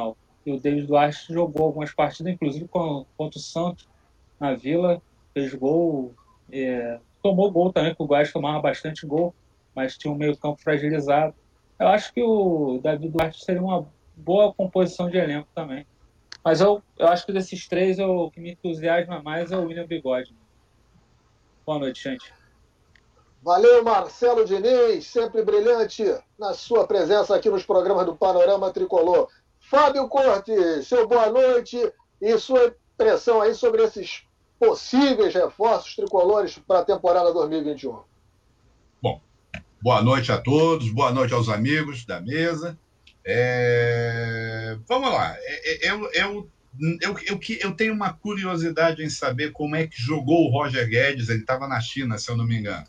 E o David Duarte jogou algumas partidas, inclusive contra o Santos, na Vila, fez gol, é, tomou gol também, porque o Goiás tomava bastante gol, mas tinha um meio campo fragilizado. Eu acho que o David Duarte seria uma boa composição de elenco também. Mas eu, eu acho que desses três, eu, o que me entusiasma mais é o William Bigode. Boa noite, gente. Valeu, Marcelo Diniz, sempre brilhante na sua presença aqui nos programas do Panorama Tricolor. Fábio Cortes, seu boa noite e sua impressão aí sobre esses possíveis reforços tricolores para a temporada dois mil e vinte e um. Bom, boa noite a todos, boa noite aos amigos da mesa. É... Vamos lá, eu, eu, eu, eu, eu tenho uma curiosidade em saber como é que jogou o Roger Guedes, ele estava na China, se eu não me engano.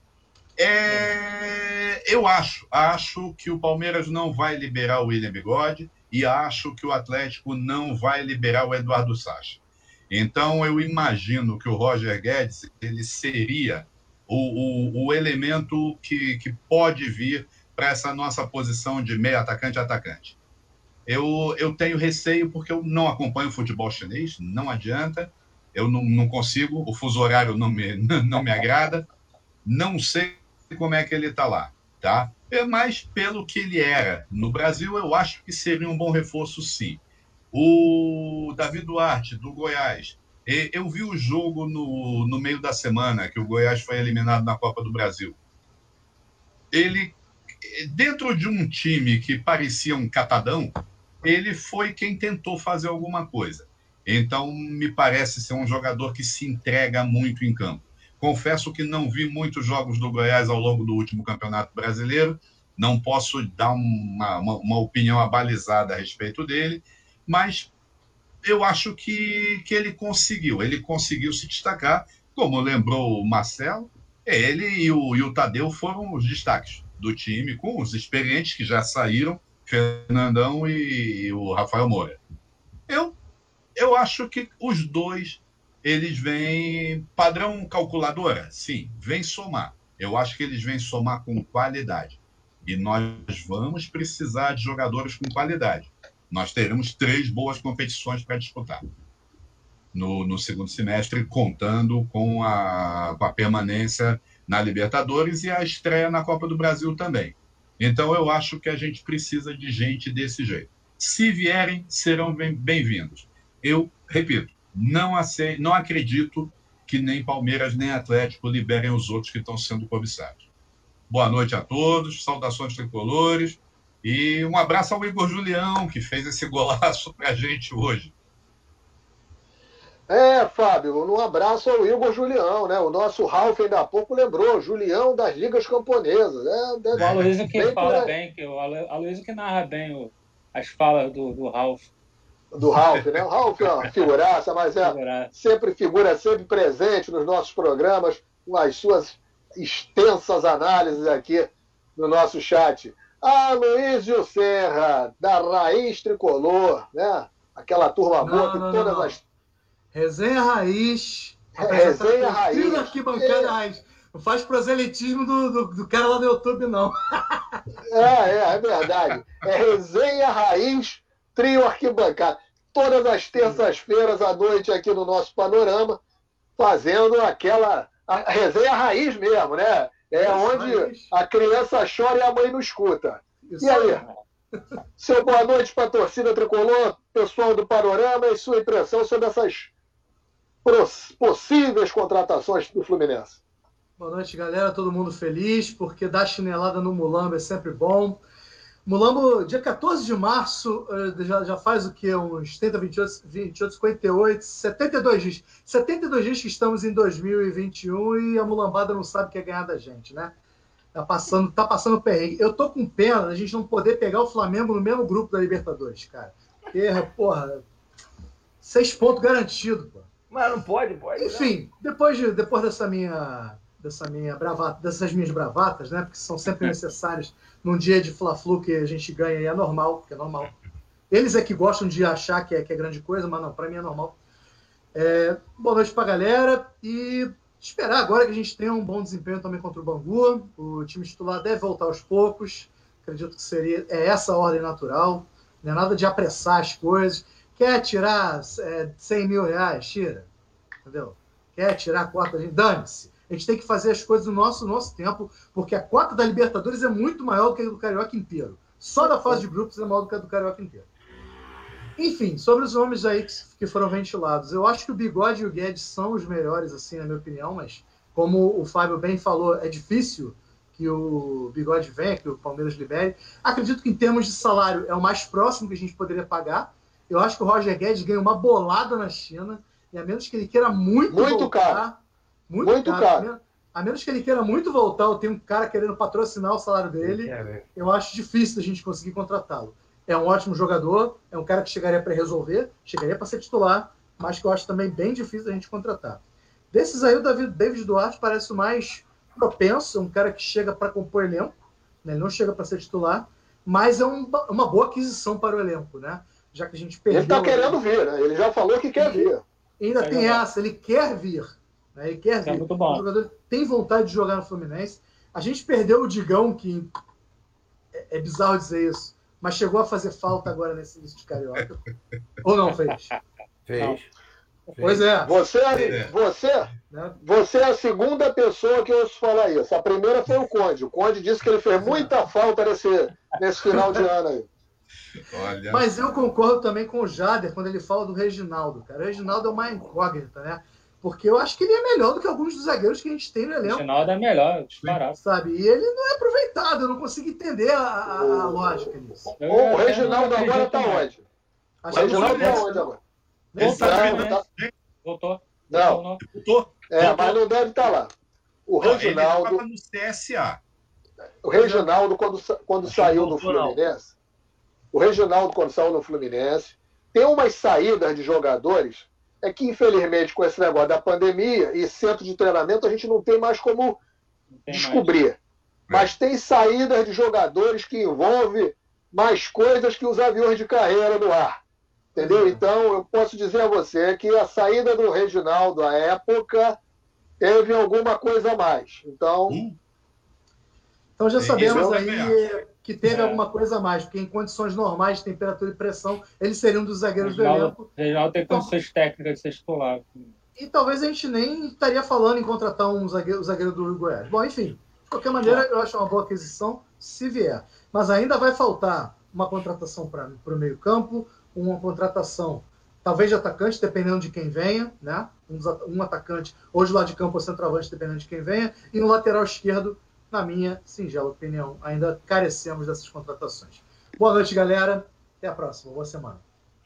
É... Eu acho, acho que o Palmeiras não vai liberar o William Bigode e acho que o Atlético não vai liberar o Eduardo Sacha. Então, eu imagino que o Roger Guedes ele seria o, o, o elemento que, que pode vir para essa nossa posição de meio atacante-atacante. Eu, eu tenho receio porque eu não acompanho o futebol chinês, não adianta, eu não, não consigo, o fuso horário não me, não me agrada, não sei como é que ele está lá, tá? Mas pelo que ele era no Brasil, eu acho que seria um bom reforço, sim. O David Duarte, do Goiás, eu vi o jogo no, no meio da semana, que o Goiás foi eliminado na Copa do Brasil. Ele, dentro de um time que parecia um catadão, ele foi quem tentou fazer alguma coisa. Então, me parece ser um jogador que se entrega muito em campo. Confesso que não vi muitos jogos do Goiás ao longo do último Campeonato Brasileiro, não posso dar uma, uma, uma opinião abalizada a respeito dele, mas eu acho que, que ele conseguiu, ele conseguiu se destacar, como lembrou o Marcelo, ele e o, e o Tadeu foram os destaques do time, com os experientes que já saíram, Fernandão e, e o Rafael Moura. Eu, eu acho que os dois, eles vêm padrão calculadora, sim, vêm somar. Eu acho que eles vêm somar com qualidade. E nós vamos precisar de jogadores com qualidade. Nós teremos três boas competições para disputar no, no segundo semestre, contando com a, com a permanência na Libertadores e a estreia na Copa do Brasil também. Então, eu acho que a gente precisa de gente desse jeito. Se vierem, serão bem-vindos. Eu, repito, não, aceito, não acredito que nem Palmeiras nem Atlético liberem os outros que estão sendo cobiçados. Boa noite a todos, saudações tricolores. E um abraço ao Igor Julião, que fez esse golaço para a gente hoje. É, Fábio, um abraço ao Igor Julião, né? O nosso Ralf ainda há pouco lembrou, Julião das Ligas Camponesas. É, é, o Aloysio que fala bem, que o Aloysio que narra bem o, as falas do, do Ralf. Do Ralf, né? O Ralf é uma figuraça, mas é figuraça. sempre figura, sempre presente nos nossos programas, com as suas extensas análises aqui no nosso chat. Aloysio Serra, da Raiz Tricolor, né? Aquela turma não, boa que não, todas não. as... Resenha Raiz. Resenha Raiz. Arquibancada é. Raiz. Não faz proselitismo do, do, do cara lá do YouTube, não. É, é, é verdade. É Resenha Raiz, Trio Arquibancada. Todas as terças-feiras à noite aqui no nosso Panorama, fazendo aquela... A resenha raiz mesmo, né? É Isso, onde raiz. A criança chora e a mãe não escuta. Isso e aí? É. Seu boa noite para a torcida tricolor, pessoal do Panorama, e sua impressão sobre essas possíveis contratações do Fluminense. Boa noite, galera. Todo mundo feliz, porque dar chinelada no Mulambo é sempre bom. Mulambo, dia quatorze de março, já, já faz o quê? Uns trinta, vinte e oito, vinte e oito, cinquenta e oito, setenta e dois dias. setenta e dois dias que estamos em dois mil e vinte e um e a mulambada não sabe o que é ganhar da gente, né? Tá passando, tá passando perrengue. Eu tô com pena da gente não poder pegar o Flamengo no mesmo grupo da Libertadores, cara. Porque, porra, seis pontos garantido, pô. Mas não pode, pode. Enfim, não. depois, de, depois dessa minha... Dessa minha bravata, dessas minhas bravatas, né? Porque são sempre necessárias num dia de Fla-Flu que a gente ganha e é normal, porque é normal. Eles é que gostam de achar que é, que é grande coisa, mas não, para mim é normal. É, boa noite pra galera e esperar agora que a gente tenha um bom desempenho também contra o Bangu. O time titular deve voltar aos poucos. Acredito que seria é essa a ordem natural. Não é nada de apressar as coisas. Quer tirar é, cem mil reais? Tira. Entendeu? Quer tirar a cota? Dane-se. A gente tem que fazer as coisas no nosso, nosso tempo, porque a cota da Libertadores é muito maior do que a do Carioca inteiro. Só da fase de grupos é maior do que a do Carioca inteiro. Enfim, sobre os nomes aí que, que foram ventilados, eu acho que o Bigode e o Guedes são os melhores, assim, na minha opinião, mas como o Fábio bem falou, é difícil que o Bigode venha, que o Palmeiras libere. Acredito que em termos de salário é o mais próximo que a gente poderia pagar. Eu acho que o Roger Guedes ganha uma bolada na China, e a menos que ele queira muito, muito voltar... Caro. Muito, muito caro. caro. A menos que ele queira muito voltar, ou tem um cara querendo patrocinar o salário dele, eu acho difícil a gente conseguir contratá-lo. É um ótimo jogador, é um cara que chegaria para resolver, chegaria para ser titular, mas que eu acho também bem difícil a gente contratar. Desses aí, o David, David Duarte parece o mais propenso, é um cara que chega para compor elenco, né? Ele não chega para ser titular, mas é um, uma boa aquisição para o elenco, né? Já que a gente perdeu... Ele está querendo vir, né? Ele já falou que quer vir. Ainda é tem essa, ele quer vir. Né? Ele quer vir. É muito bom. O jogador tem vontade de jogar no Fluminense. A gente perdeu o Digão, que é, é bizarro dizer isso, mas chegou a fazer falta agora nesse início de Carioca. Ou não fez? Fez. Não. Pois é. Você, você, você é a segunda pessoa que eu ouço falar isso. A primeira foi o Conde. O Conde disse que ele fez muita falta nesse, nesse final de ano aí. Olha. Mas eu concordo também com o Jader quando ele fala do Reginaldo, cara. O Reginaldo é uma incógnita, né? Porque eu acho que ele é melhor do que alguns dos zagueiros que a gente tem no elenco. O Reginaldo é melhor, disparado. Sabe? E ele não é aproveitado, eu não consigo entender a, a, a lógica nisso. O, o Reginaldo agora tá onde? O Reginaldo tá onde agora? Voltou, não, tá... Voltou. Não. Voltou. É, Voltou. Mas não deve estar lá. O não, Reginaldo. Ele no C S A. O Reginaldo, quando, quando saiu do Fluminense. O Reginaldo, quando saiu no Fluminense, tem umas saídas de jogadores. É que, infelizmente, com esse negócio da pandemia e centro de treinamento, a gente não tem mais como tem descobrir. Mais. Mas tem saídas de jogadores que envolvem mais coisas que os aviões de carreira no ar. Entendeu? Então, eu posso dizer a você que a saída do Reginaldo, à época, teve alguma coisa a mais. Então, hum. então já sabemos aí que teve é. alguma coisa a mais, porque em condições normais de temperatura e pressão, ele seria um dos zagueiros Reginaldo, do elenco. Reginaldo tem então, condições técnicas de ser titular. E talvez a gente nem estaria falando em contratar um zagueiro, um zagueiro do Goiás. Bom, enfim, de qualquer maneira, é. eu acho uma boa aquisição, se vier. Mas ainda vai faltar uma contratação para o meio campo, uma contratação, talvez de atacante, dependendo de quem venha, né? Um, um atacante, ou de lado de campo ou centroavante, dependendo de quem venha, e no lateral esquerdo, na minha singela opinião, ainda carecemos dessas contratações. Boa noite, galera. Até a próxima. Boa semana.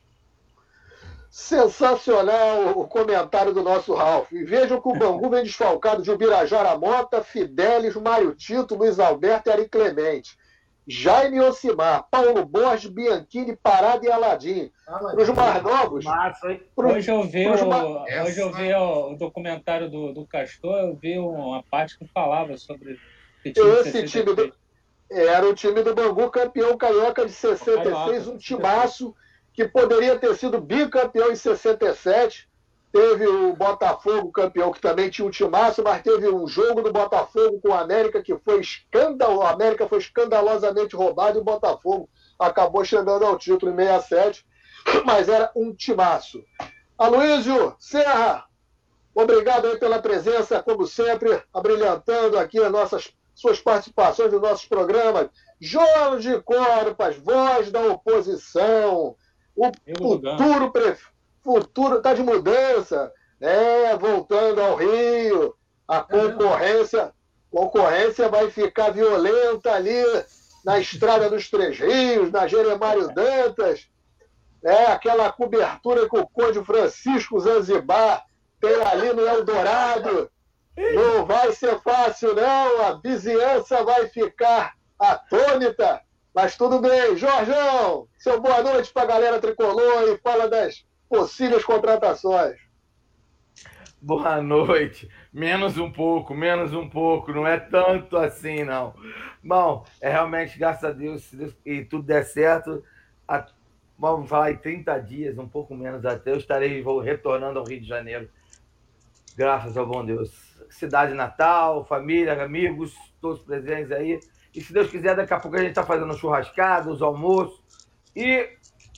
Sensacional o comentário do nosso Ralf. E vejam que o Bangu vem desfalcado de Ubirajara Mota, Fidelis, Mário Tito, Luiz Alberto e Ari Clemente. Jaime Ocimar, Paulo Borges, Bianchini, Parada e Aladim. Para os mais novos. Pro, hoje eu vi, o, ma... hoje eu vi o, o documentário do, do Castor, eu vi uma parte que falava sobre esse time. Esse time do, era o time do Bangu, campeão carioca de sessenta e seis, um timaço que poderia ter sido bicampeão em sessenta e sete. Teve o Botafogo campeão, que também tinha um timaço, mas teve um jogo do Botafogo com o América que foi escandaloso. A América foi escandalosamente roubado e o Botafogo acabou chegando ao título em sessenta e sete, mas era um timaço. Aloysio Serra, obrigado aí pela presença, como sempre, abrilhantando aqui as nossas suas participações nos nossos programas. Jorge Corpas, voz da oposição, o futuro prefeito. Futuro está de mudança, né? Voltando ao Rio, a concorrência, concorrência vai ficar violenta ali na Estrada dos Três Rios, na Jeremário Dantas, né? Aquela cobertura que o Conde Francisco Zanzibar tem ali no Eldorado. Não vai ser fácil, não. A vizinhança vai ficar atônita, mas tudo bem. Jorjão, seu boa noite para a galera tricolor e fala das possíveis contratações. Boa noite. Menos um pouco, menos um pouco. Não é tanto assim, não. Bom, é realmente, graças a Deus, se Deus e tudo der certo, a, vamos falar em trinta dias, um pouco menos até, eu estarei vou, retornando ao Rio de Janeiro. Graças ao bom Deus. Cidade natal, família, amigos, todos presentes aí. E se Deus quiser, daqui a pouco a gente está fazendo churrascada, os almoços. E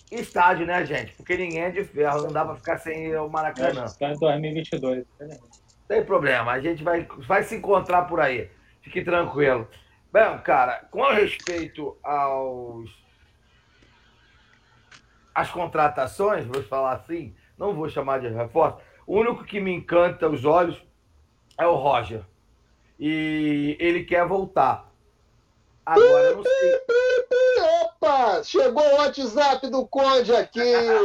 estádio, né, gente? Porque ninguém é de ferro, não dá pra ficar sem ir ao Maracanã. Está em dois mil e vinte e dois. Não tem problema, a gente vai, vai se encontrar por aí. Fique tranquilo. Bem, cara, com respeito aos as contratações, vou falar assim, não vou chamar de reforço, o único que me encanta os olhos é o Roger. E ele quer voltar. Agora, eu não sei. Opa! Chegou o WhatsApp do Conde aqui.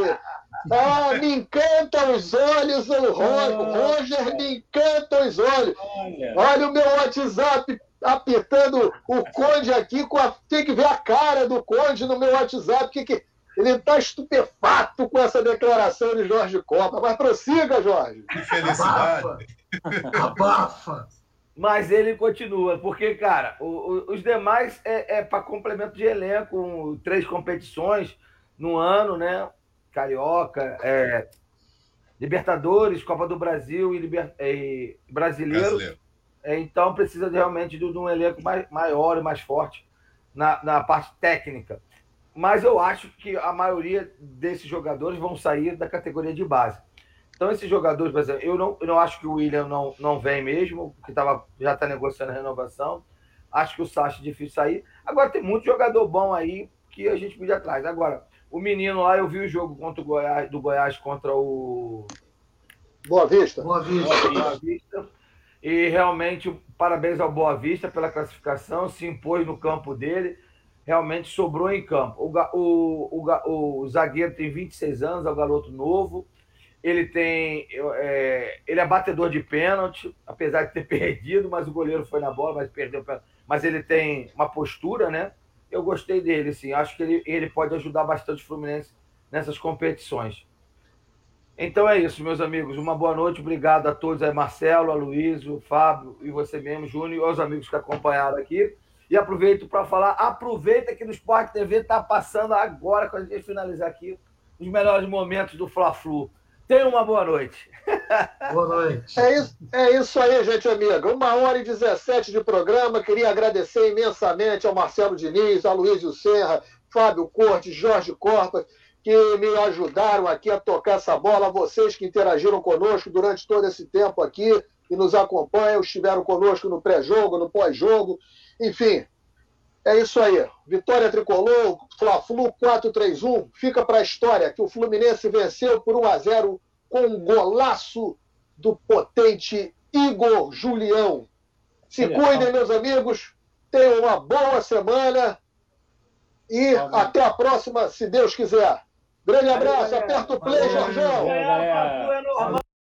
Ah, me encantam os olhos, o Roger. Roger me encanta os olhos. Olha. Olha o meu WhatsApp apitando o Conde aqui. Com a... Tem que ver a cara do Conde no meu WhatsApp. Que, que... Ele está estupefato com essa declaração de Jorge Copa. Mas prossiga, Jorge. Que felicidade. Abafa. Abafa. Mas ele continua, porque, cara, o, o, os demais é, é para complemento de elenco, três competições no ano, né? Carioca, é, Libertadores, Copa do Brasil e, Liber, e Brasileiro. Brasileiro. É, então precisa de, realmente de, de um elenco mais, maior e mais forte na, na parte técnica. Mas eu acho que a maioria desses jogadores vão sair da categoria de base. Então, esses jogadores, por exemplo, eu não, eu não acho que o William não, não vem mesmo, porque tava, já está negociando a renovação. Acho que o Sacha é difícil sair. Agora, tem muito jogador bom aí que a gente podia atrás. Agora, o menino lá, eu vi o jogo contra o Goiás, do Goiás contra o Boa Vista. Boa Vista. Boa Vista. E realmente, parabéns ao Boa Vista pela classificação, se impôs no campo dele, realmente sobrou em campo. O, o, o, o zagueiro tem vinte e seis anos, é um garoto novo. Ele tem. É, ele é batedor de pênalti, apesar de ter perdido, mas o goleiro foi na bola, mas perdeu o pênalti. Mas ele tem uma postura, né? Eu gostei dele, sim. Acho que ele, ele pode ajudar bastante o Fluminense nessas competições. Então é isso, meus amigos. Uma boa noite. Obrigado a todos aí, Marcelo, a Luiz, o Fábio e você mesmo, Júnior, e aos amigos que acompanharam aqui. E aproveito para falar, aproveita que no Sport T V está passando agora, quando a gente finalizar aqui, os melhores momentos do Fla-Flu. Tenha uma boa noite. Boa noite. É isso, é isso aí, gente amiga. Uma hora e dezessete de programa. Queria agradecer imensamente ao Marcelo Diniz, ao Luísio Serra, Fábio Cortes, Jorge Corpa, que me ajudaram aqui a tocar essa bola. Vocês que interagiram conosco durante todo esse tempo aqui e nos acompanham, estiveram conosco no pré-jogo, no pós-jogo. Enfim, é isso aí. Vitória tricolor, Fla-Flu quatro três um. Fica para a história que o Fluminense venceu por um a zero com um golaço do potente Igor Julião. Se Olha, cuidem, ó. meus amigos. Tenham uma boa semana. E Ó, até a próxima, se Deus quiser. Grande abraço. Valeu, Aperta o play, Valeu. Jorjão. Valeu, galera. É, é normal.